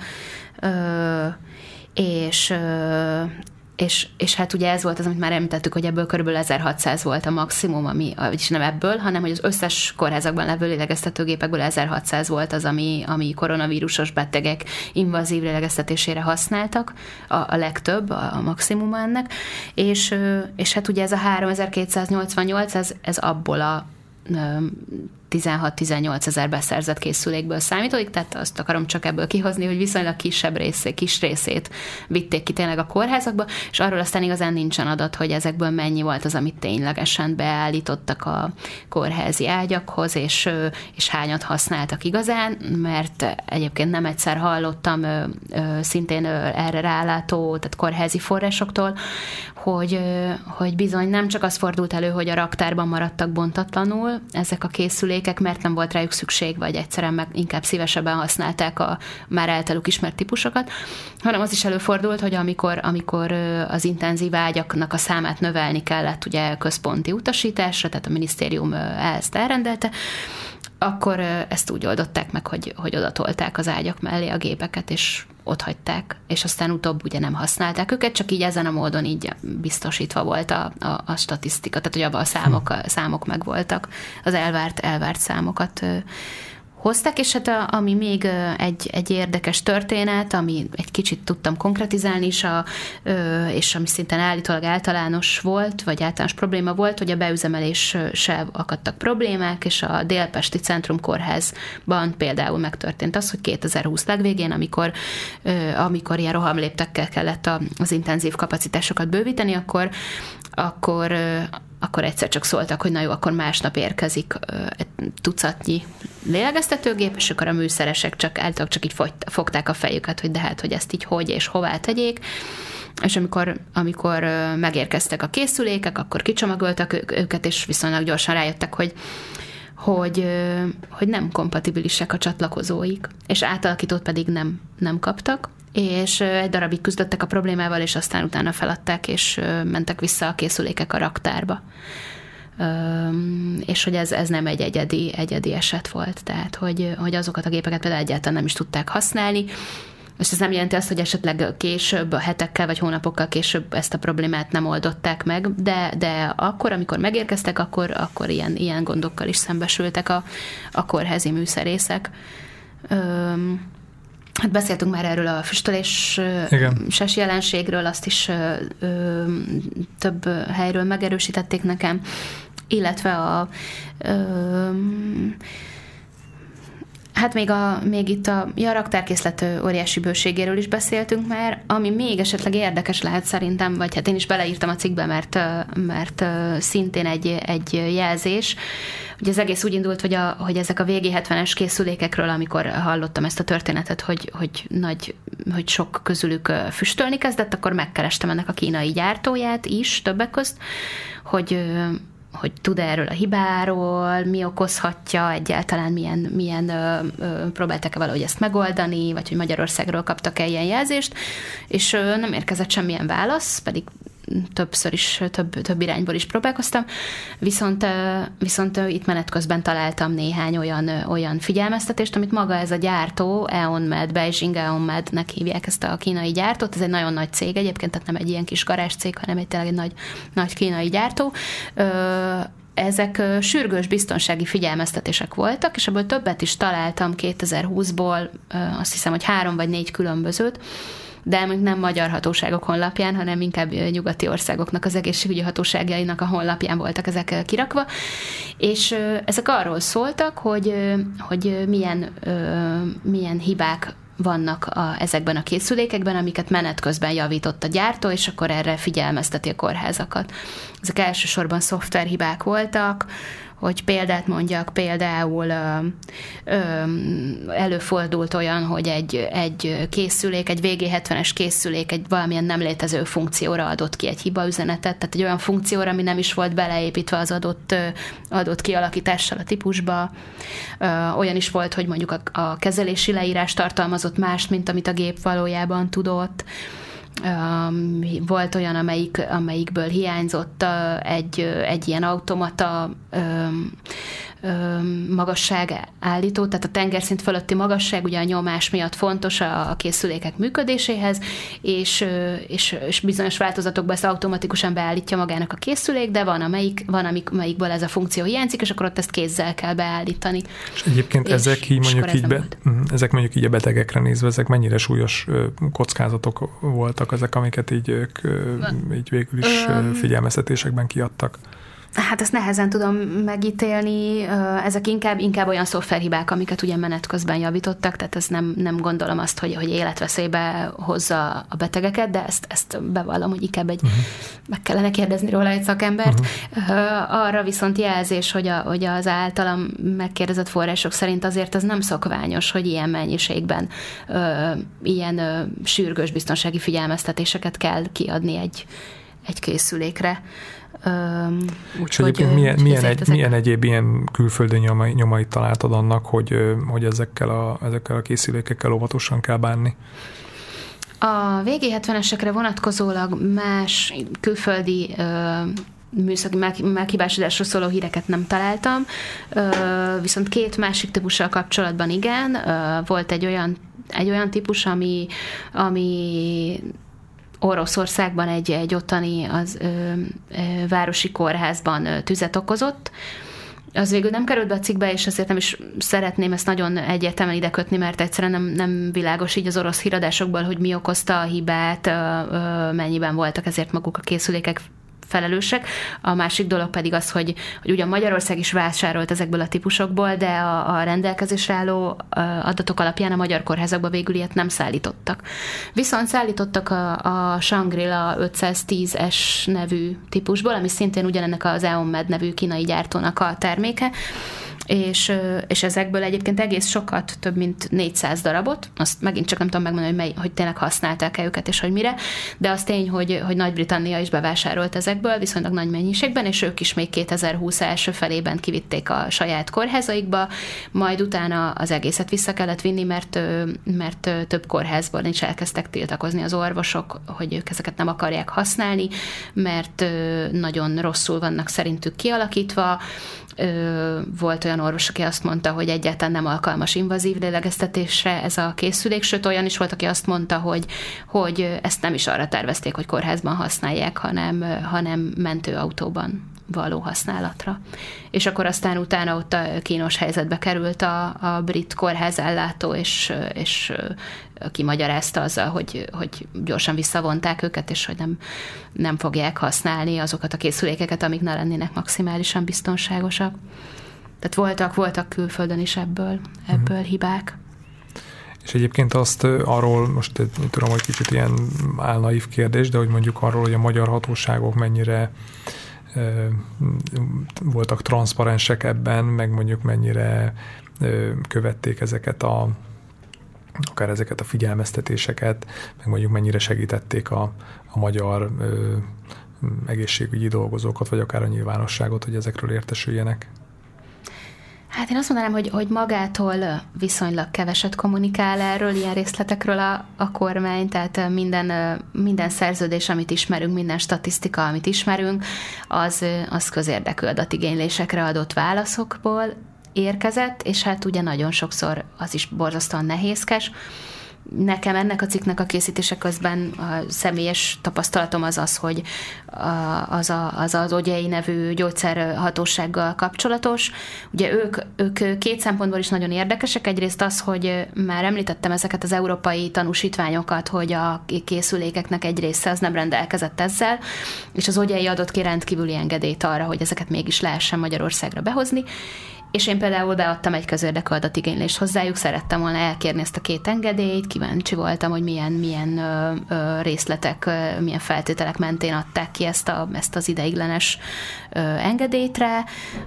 és hát ugye ez volt az, amit már említettük, hogy ebből körülbelül 1600 volt a maximum, vagyis nem ebből, hanem hogy az összes kórházakban levő lélegeztetőgépekből 1600 volt az, ami koronavírusos betegek invazív lélegeztetésére használtak, a legtöbb, a maximum ennek, és hát ugye ez a 3288, ez abból a 16-18 ezer beszerzett készülékből számítódik, tehát azt akarom csak ebből kihozni, hogy viszonylag kis részét vitték ki tényleg a kórházakba, és arról aztán igazán nincsen adat, hogy ezekből mennyi volt az, amit ténylegesen beállítottak a kórházi ágyakhoz, és hányat használtak igazán, mert egyébként nem egyszer hallottam szintén erre rálátó, tehát kórházi forrásoktól, hogy bizony nem csak az fordult elő, hogy a raktárban maradtak bontatlanul ezek a készülékek, mert nem volt rájuk szükség, vagy egyszerűen meg inkább szívesebben használták a már általuk ismert típusokat, hanem az is előfordult, hogy amikor az intenzív ágyaknak a számát növelni kellett ugye központi utasításra, tehát a minisztérium ezt elrendelte, akkor ezt úgy oldották meg, hogy odatolták az ágyak mellé a gépeket, és ott hagyták, és aztán utóbb ugye nem használták őket, csak így ezen a módon így biztosítva volt a statisztika, tehát hogy abban a számok megvoltak, az elvárt számokat hozták, és hát ami még egy érdekes történet, ami egy kicsit tudtam konkretizálni is, és ami szintén állítólag általános volt, vagy általános probléma volt, hogy a beüzemeléssel akadtak problémák, és a Délpesti Centrum Kórházban például megtörtént az, hogy 2020 legvégén, amikor ilyen rohamléptekkel kellett az intenzív kapacitásokat bővíteni, akkor egyszer csak szóltak, hogy na jó, akkor másnap érkezik tucatnyi lélegeztetőgép, és akkor a műszeresek általában csak így fogták a fejüket, hogy de hát, hogy ezt így hogy és hová tegyék. És amikor megérkeztek a készülékek, akkor kicsomagoltak őket, és viszonylag gyorsan rájöttek, hogy nem kompatibilisek a csatlakozóik, és átalakítót pedig nem kaptak, és egy darabig küzdöttek a problémával, és aztán utána feladták, és mentek vissza a készülékek a raktárba. És hogy ez nem egy egyedi eset volt, tehát hogy azokat a gépeket például egyáltalán nem is tudták használni, és ez nem jelenti azt, hogy esetleg később, hetekkel vagy hónapokkal később ezt a problémát nem oldották meg, de akkor, amikor megérkeztek, akkor ilyen gondokkal is szembesültek a kórházi műszerészek. Hát beszéltünk már erről a füstöléses jelenségről, azt is több helyről megerősítették nekem, illetve hát még itt a raktárkészlet óriási bőségéről is beszéltünk már, ami még esetleg érdekes lehet szerintem, vagy hát én is beleírtam a cikkbe, mert szintén egy jelzés, hogy az egész úgy indult, hogy ezek a VG70-es készülékekről, amikor hallottam ezt a történetet, hogy sok közülük füstölni kezdett, akkor megkerestem ennek a kínai gyártóját is többek közt, hogy tud erről a hibáról, mi okozhatja, egyáltalán milyen próbáltak-e valahogy ezt megoldani, vagy hogy Magyarországról kaptak-e ilyen jelzést, és nem érkezett semmilyen válasz, pedig többször is, több irányból is próbálkoztam, viszont itt menet közben találtam néhány olyan figyelmeztetést, amit maga ez a gyártó, EONMed, Beijing EONMednek hívják ezt a kínai gyártót, ez egy nagyon nagy cég egyébként, tehát nem egy ilyen kis garázs cég, hanem tényleg egy nagy kínai gyártó. Ezek sürgős biztonsági figyelmeztetések voltak, és ebből többet is találtam 2020-ból, azt hiszem, hogy 3 vagy 4 különbözőt, de mondjuk nem magyar hatóságok honlapján, hanem inkább nyugati országoknak az egészségügyi hatóságainak a honlapján voltak ezek kirakva, és ezek arról szóltak, hogy milyen hibák vannak ezekben a készülékekben, amiket menet közben javított a gyártó, és akkor erre figyelmezteti a kórházakat. Ezek elsősorban szoftverhibák voltak, hogy példát mondjak, például előfordult olyan, hogy egy készülék, egy VG70-es készülék egy valamilyen nem létező funkcióra adott ki egy hibaüzenetet, tehát egy olyan funkcióra, ami nem is volt beleépítve az adott kialakítással a típusba. Olyan is volt, hogy mondjuk a kezelési leírás tartalmazott mást, mint amit a gép valójában tudott. Volt olyan, amelyikből hiányzott egy ilyen automata magasságállító, tehát a tengerszint fölötti magasság ugye a nyomás miatt fontos a készülékek működéséhez, és bizonyos változatokban ezt automatikusan beállítja magának a készülék, de van amelyikből ez a funkció hiányzik, és akkor ott ezt kézzel kell beállítani. És egyébként ezek mondjuk így a betegekre nézve, ezek mennyire súlyos kockázatok voltak ezek, amiket így ők így végül is figyelmeztetésekben kiadtak? Hát ezt nehezen tudom megítélni, ezek inkább olyan szoftverhibák, amiket ugye menet közben javítottak, tehát ez nem gondolom azt, hogy életveszélybe hozza a betegeket, de ezt bevallom, hogy inkább meg kellene kérdezni róla egy szakembert. Arra viszont jelzés, hogy az általam megkérdezett források szerint azért ez nem szokványos, hogy ilyen mennyiségben ilyen sürgős biztonsági figyelmeztetéseket kell kiadni egy készülékre. És egyébként milyen egyéb ilyen külföldi nyomait találtad annak, hogy ezekkel a készülékekkel óvatosan kell bánni? A VG70-esekre vonatkozólag más külföldi műszaki meghibásodásról szóló híreket nem találtam, viszont két másik típussal kapcsolatban igen. Volt egy olyan típus, ami Oroszországban egy ottani városi kórházban tüzet okozott. Az végül nem került be a cikkbe, és azért nem is szeretném ezt nagyon egyértelműen ide kötni, mert egyszerűen nem világos így az orosz híradásokból, hogy mi okozta a hibát, mennyiben voltak ezért maguk a készülékek felelősek. A másik dolog pedig az, hogy ugyan Magyarország is vásárolt ezekből a típusokból, de a rendelkezésre álló adatok alapján a magyar kórházakba végül ilyet nem szállítottak. Viszont szállítottak a Shangri-La 510S nevű típusból, ami szintén ugyanennek az EONMed nevű kínai gyártónak a terméke, és ezekből egyébként egész sokat, több mint 400 darabot, azt megint csak nem tudom megmondani, hogy tényleg használták-e őket, és hogy mire, de az tény, hogy Nagy-Britannia is bevásárolt ezekből viszonylag nagy mennyiségben, és ők is még 2020 első felében kivitték a saját kórházaikba, majd utána az egészet vissza kellett vinni, mert több kórházban is elkezdtek tiltakozni az orvosok, hogy ők ezeket nem akarják használni, mert nagyon rosszul vannak szerintük kialakítva. Volt olyan orvos, aki azt mondta, hogy egyáltalán nem alkalmas invazív lélegeztetésre ez a készülék, sőt olyan is volt, aki azt mondta, hogy ezt nem is arra tervezték, hogy kórházban használják, hanem mentőautóban való használatra. És akkor aztán utána ott a kínos helyzetbe került a brit kórházellátó, és kimagyarázta azzal, hogy gyorsan visszavonták őket, és hogy nem fogják használni azokat a készülékeket, amik ne lennének maximálisan biztonságosak. Tehát voltak külföldön is ebből hibák. És egyébként arról, most tudom, hogy kicsit ilyen álnaív kérdés, de hogy mondjuk arról, hogy a magyar hatóságok mennyire voltak transzparensek ebben, meg mondjuk mennyire követték akár ezeket a figyelmeztetéseket, meg mondjuk mennyire segítették a magyar egészségügyi dolgozókat, vagy akár a nyilvánosságot, hogy ezekről értesüljenek. Hát én azt mondanám, hogy magától viszonylag keveset kommunikál erről, ilyen részletekről a kormány, tehát minden szerződés, amit ismerünk, minden statisztika, amit ismerünk, az közérdekű adatigénylésekre adott válaszokból érkezett, és hát ugye nagyon sokszor az is borzasztóan nehézkes. Nekem ennek a cikknek a készítése közben a személyes tapasztalatom az, hogy az Ogyei nevű gyógyszerhatósággal kapcsolatos. Ugye ők két szempontból is nagyon érdekesek. Egyrészt az, hogy már említettem ezeket az európai tanúsítványokat, hogy a készülékeknek egy része az nem rendelkezett ezzel, és az Ogyei adott ki rendkívüli engedélyt arra, hogy ezeket mégis lehessen Magyarországra behozni. És én például beadtam egy közérdekű adatigénylést hozzájuk, szerettem volna elkérni ezt a két engedélyt, kíváncsi voltam, hogy milyen részletek, milyen feltételek mentén adták ki ezt az ideiglenes engedélyt rá,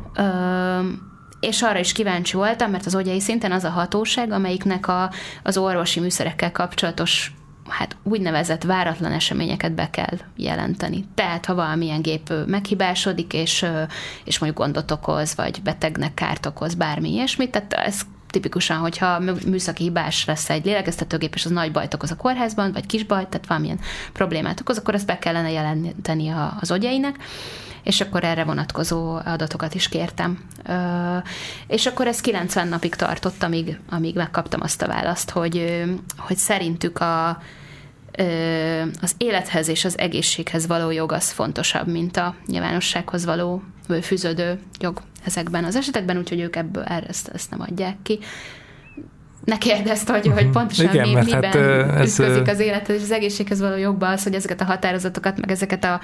és arra is kíváncsi voltam, mert az Ogyei szintén az a hatóság, amelyiknek az orvosi műszerekkel kapcsolatos úgynevezett váratlan eseményeket be kell jelenteni. Tehát, ha valamilyen gép meghibásodik, és mondjuk gondot okoz, vagy betegnek kárt okoz, bármi ilyesmit, tehát ez tipikusan, hogyha műszaki hibás lesz egy lélegeztetőgép, és az nagy bajt okoz a kórházban, vagy kis bajt, tehát valamilyen problémát okoz, akkor ezt be kellene jelenteni az Ogyeinek, és akkor erre vonatkozó adatokat is kértem. És akkor ez 90 napig tartott, amíg megkaptam azt a választ, hogy szerintük az élethez és az egészséghez való jog az fontosabb, mint a nyilvánossághoz való fűződő jog ezekben az esetekben, úgyhogy ők ebből ezt nem adják ki. ne kérdezte, hogy pontosan igen, miben ütközik az élet és az egészséghez való jogba az, hogy ezeket a határozatokat, meg ezeket a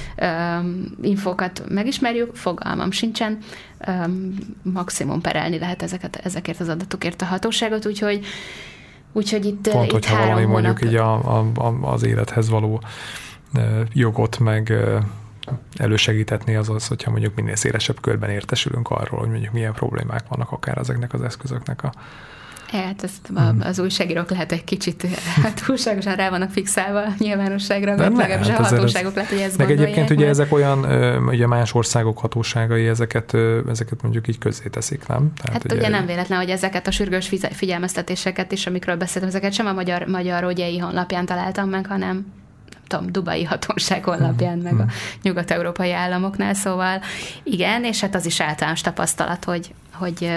infókat megismerjük, fogalmam sincsen. Maximum perelni lehet ezekért az adatokért a hatóságot, úgyhogy itt pont, hogyha valami mondjuk így az élethez való jogot meg elősegítetni az, hogyha mondjuk minél szélesebb körben értesülünk arról, hogy mondjuk milyen problémák vannak akár ezeknek az eszközöknek Hát ezt az újságírók lehet egy kicsit túlságosan rá vannak fixálva a nyilvánosságra, vagy legalábbis a hatóságok lehet, hogy ezt gondolják. Egyébként ugye ezek olyan, ugye más országok hatóságai ezeket mondjuk így közzéteszik, nem? Tehát hát ugye nem véletlen, hogy ezeket a sürgős figyelmeztetéseket is, amikről beszéltem, ezeket sem a magyar Rogyai honlapján találtam meg, hanem Dubai hatóság honlapján, meg a nyugat-európai államoknál, szóval igen, és hát az is általános tapasztalat, hogy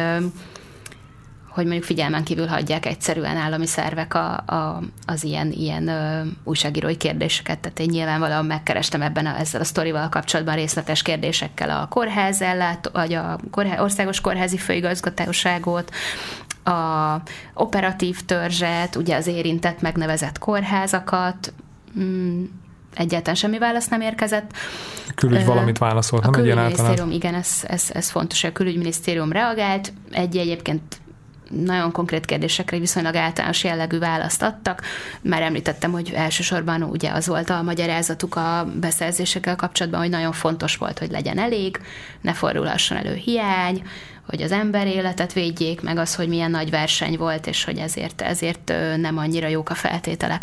mondjuk figyelmen kívül hagyják egyszerűen állami szervek az ilyen újságírói kérdéseket. Tehát én nyilvánvalóan megkerestem ezzel a sztorival kapcsolatban részletes kérdésekkel a kórház vagy a országos kórházi főigazgatóságot, a operatív törzset, ugye az érintett megnevezett kórházakat, egyáltalán semmi válasz nem érkezett. A külügy valamit válaszolt, nem? A külügyminisztérium, igen, ez fontos, hogy a külügyminisztérium reagált, egyébként nagyon konkrét kérdésekre viszonylag általános jellegű választ adtak. Már említettem, hogy elsősorban ugye az volt a magyarázatuk a beszerzésekkel kapcsolatban, hogy nagyon fontos volt, hogy legyen elég, ne fordulhasson elő hiány, hogy az ember életet védjék, meg az, hogy milyen nagy verseny volt, és hogy ezért nem annyira jók a feltételek,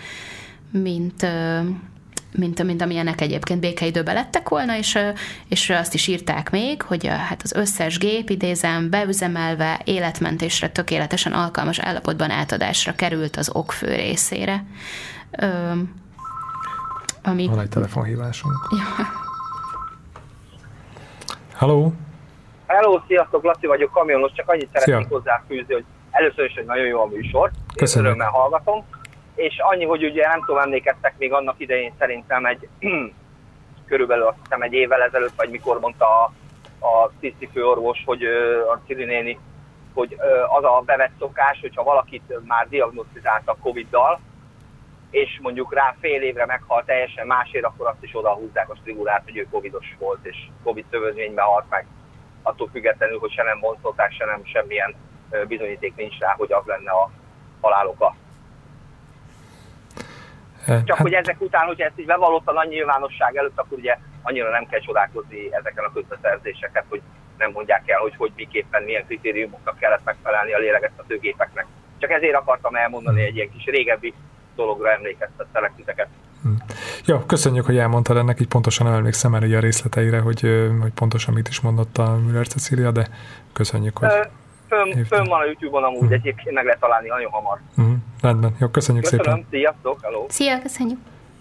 mint amilyenek egyébként békeidőben lettek volna, és azt is írták még, hogy hát az összes gép, idézem, beüzemelve, életmentésre tökéletesen alkalmas állapotban átadásra került az okfő részére. Van egy telefonhívásunk. Ja. Halló! Hello, sziasztok, Laci vagyok, kamionos, csak annyit szeretnék hozzáfűzni, hogy először is, hogy nagyon jó a műsor. Köszönöm. Örömmel hallgatom. És annyi, hogy ugye nem tudom, emlékeztek még annak idején szerintem körülbelül azt hiszem egy évvel ezelőtt, vagy mikor mondta a tisztifőorvos, hogy a Cili néni, hogy az a bevett szokás, hogyha valakit már diagnosztizáltak Covid-dal, és mondjuk rá fél évre meghalt teljesen másért, akkor azt is odahúzzák a strigulát, hogy ő Covidos volt, és Covid szövődményben halt meg. Attól függetlenül, hogy se nem boncolták, se nem semmilyen bizonyíték nincs rá, hogy az lenne a halál oka. Csak hogy ezek után, hogyha ezt így bevallott a nagy nyilvánosság előtt, akkor ugye annyira nem kell csodálkozni ezeken a közbeszerzéseket, hogy nem mondják el, hogy miképpen, milyen kritériumoknak kellett megfelelni a lélegeztetőgépeknek. Csak ezért akartam elmondani, egy ilyen kis régebbi dologra emlékeztettelek titeket. Ja, köszönjük, hogy elmondtad, ennek így pontosan nem emlékszem el a részleteire, hogy pontosan mit is mondott a Müller Cecília, de köszönjük, hogy... Fönn van a YouTube-on amúgy, egyébként meg lehet találni nagyon hamar. Rendben, jó, köszönjük szépen. Köszönöm, sziasztok, hello. Szia, köszönjük.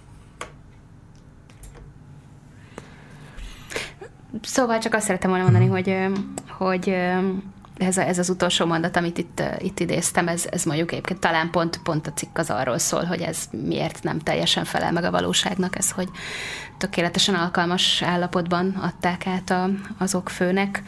Szóval csak azt szeretem volna mondani, hogy ez az utolsó mondat, amit itt idéztem, ez mondjuk egyébként talán pont a cikk az arról szól, hogy ez miért nem teljesen felel meg a valóságnak, ez, hogy tökéletesen alkalmas állapotban adták át az okfőnek.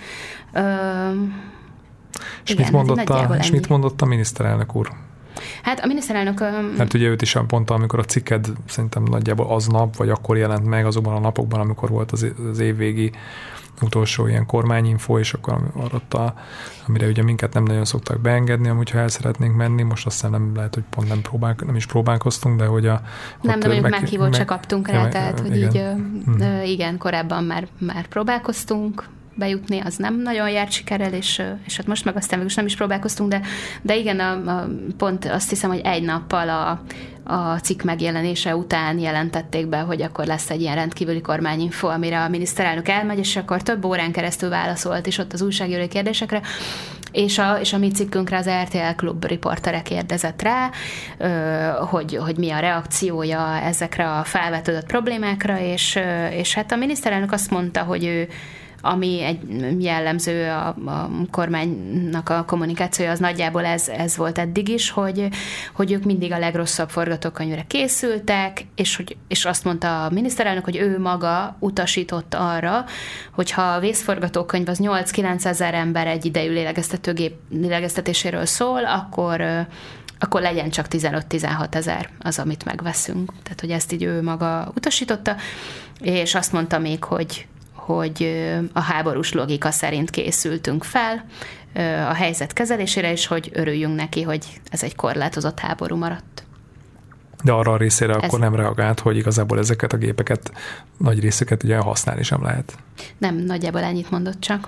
És mit mondott a miniszterelnök úr? Hát a miniszterelnök... Mert ugye őt is pont, amikor a cikked szerintem nagyjából aznap, vagy akkor jelent meg azokban a napokban, amikor volt az évvégi utolsó ilyen kormányinfo, és akkor arra, amire ugye minket nem nagyon szoktak beengedni, amúgy ha el szeretnénk menni, most aztán nem lehet, hogy pont nem is próbálkoztunk, de hogy nem, de mondjuk meghívót se kaptunk rá, tehát hogy igen. Így igen, korábban már próbálkoztunk bejutni, az nem nagyon járt sikerrel, és hát most meg aztán végül nem is próbálkoztunk, de igen, pont azt hiszem, hogy egy nappal a cikk megjelenése után jelentették be, hogy akkor lesz egy ilyen rendkívüli kormányinfo, amire a miniszterelnök elmegy, és akkor több órán keresztül válaszolt is ott az újságírói kérdésekre, és a mi cikkünkre az RTL Klub riportere kérdezett rá, hogy mi a reakciója ezekre a felvetődött problémákra, és hát a miniszterelnök azt mondta, hogy ő ami egy jellemző a kormánynak a kommunikációja, az nagyjából ez volt eddig is, hogy ők mindig a legrosszabb forgatókönyvre készültek, és azt mondta a miniszterelnök, hogy ő maga utasított arra, hogyha a vészforgatókönyv az 8-9 ezer ember egy idejű lélegeztetőgép lélegeztetéséről szól, akkor legyen csak 15-16 ezer az, amit megveszünk. Tehát, hogy ezt így ő maga utasította, és azt mondta még, hogy a háborús logika szerint készültünk fel a helyzet kezelésére, és hogy örüljünk neki, hogy ez egy korlátozott háború maradt. De arra a részére akkor nem reagált, hogy igazából ezeket a gépeket, nagy részüket ugye használni sem lehet. Nem, nagyjából ennyit mondott csak.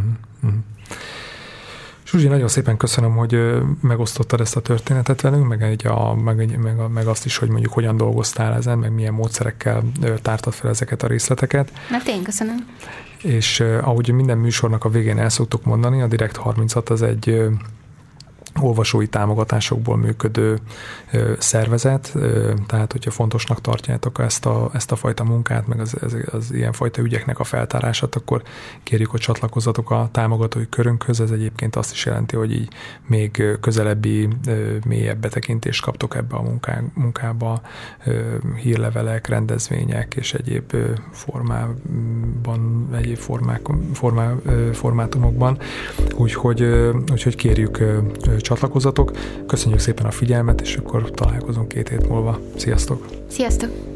Zsuzsi, nagyon szépen köszönöm, hogy megosztottad ezt a történetet velünk, meg azt is, hogy mondjuk hogyan dolgoztál ezen, meg milyen módszerekkel tártad fel ezeket a részleteket. Mert én köszönöm. És ahogy minden műsornak a végén el szoktuk mondani, a Direkt 36 az egy olvasói támogatásokból működő szervezet, tehát hogyha fontosnak tartjátok ezt a fajta munkát, meg az ilyenfajta ügyeknek a feltárását, akkor kérjük, hogy csatlakozzatok a támogatói körünkhöz. Ez egyébként azt is jelenti, hogy így még közelebbi, mélyebb betekintést kaptok ebbe a munkába, hírlevelek, rendezvények és egyéb formátumokban. Úgyhogy kérjük, csatlakozzatok. Köszönjük szépen a figyelmet, és akkor találkozunk 2 hét múlva. Sziasztok! Sziasztok!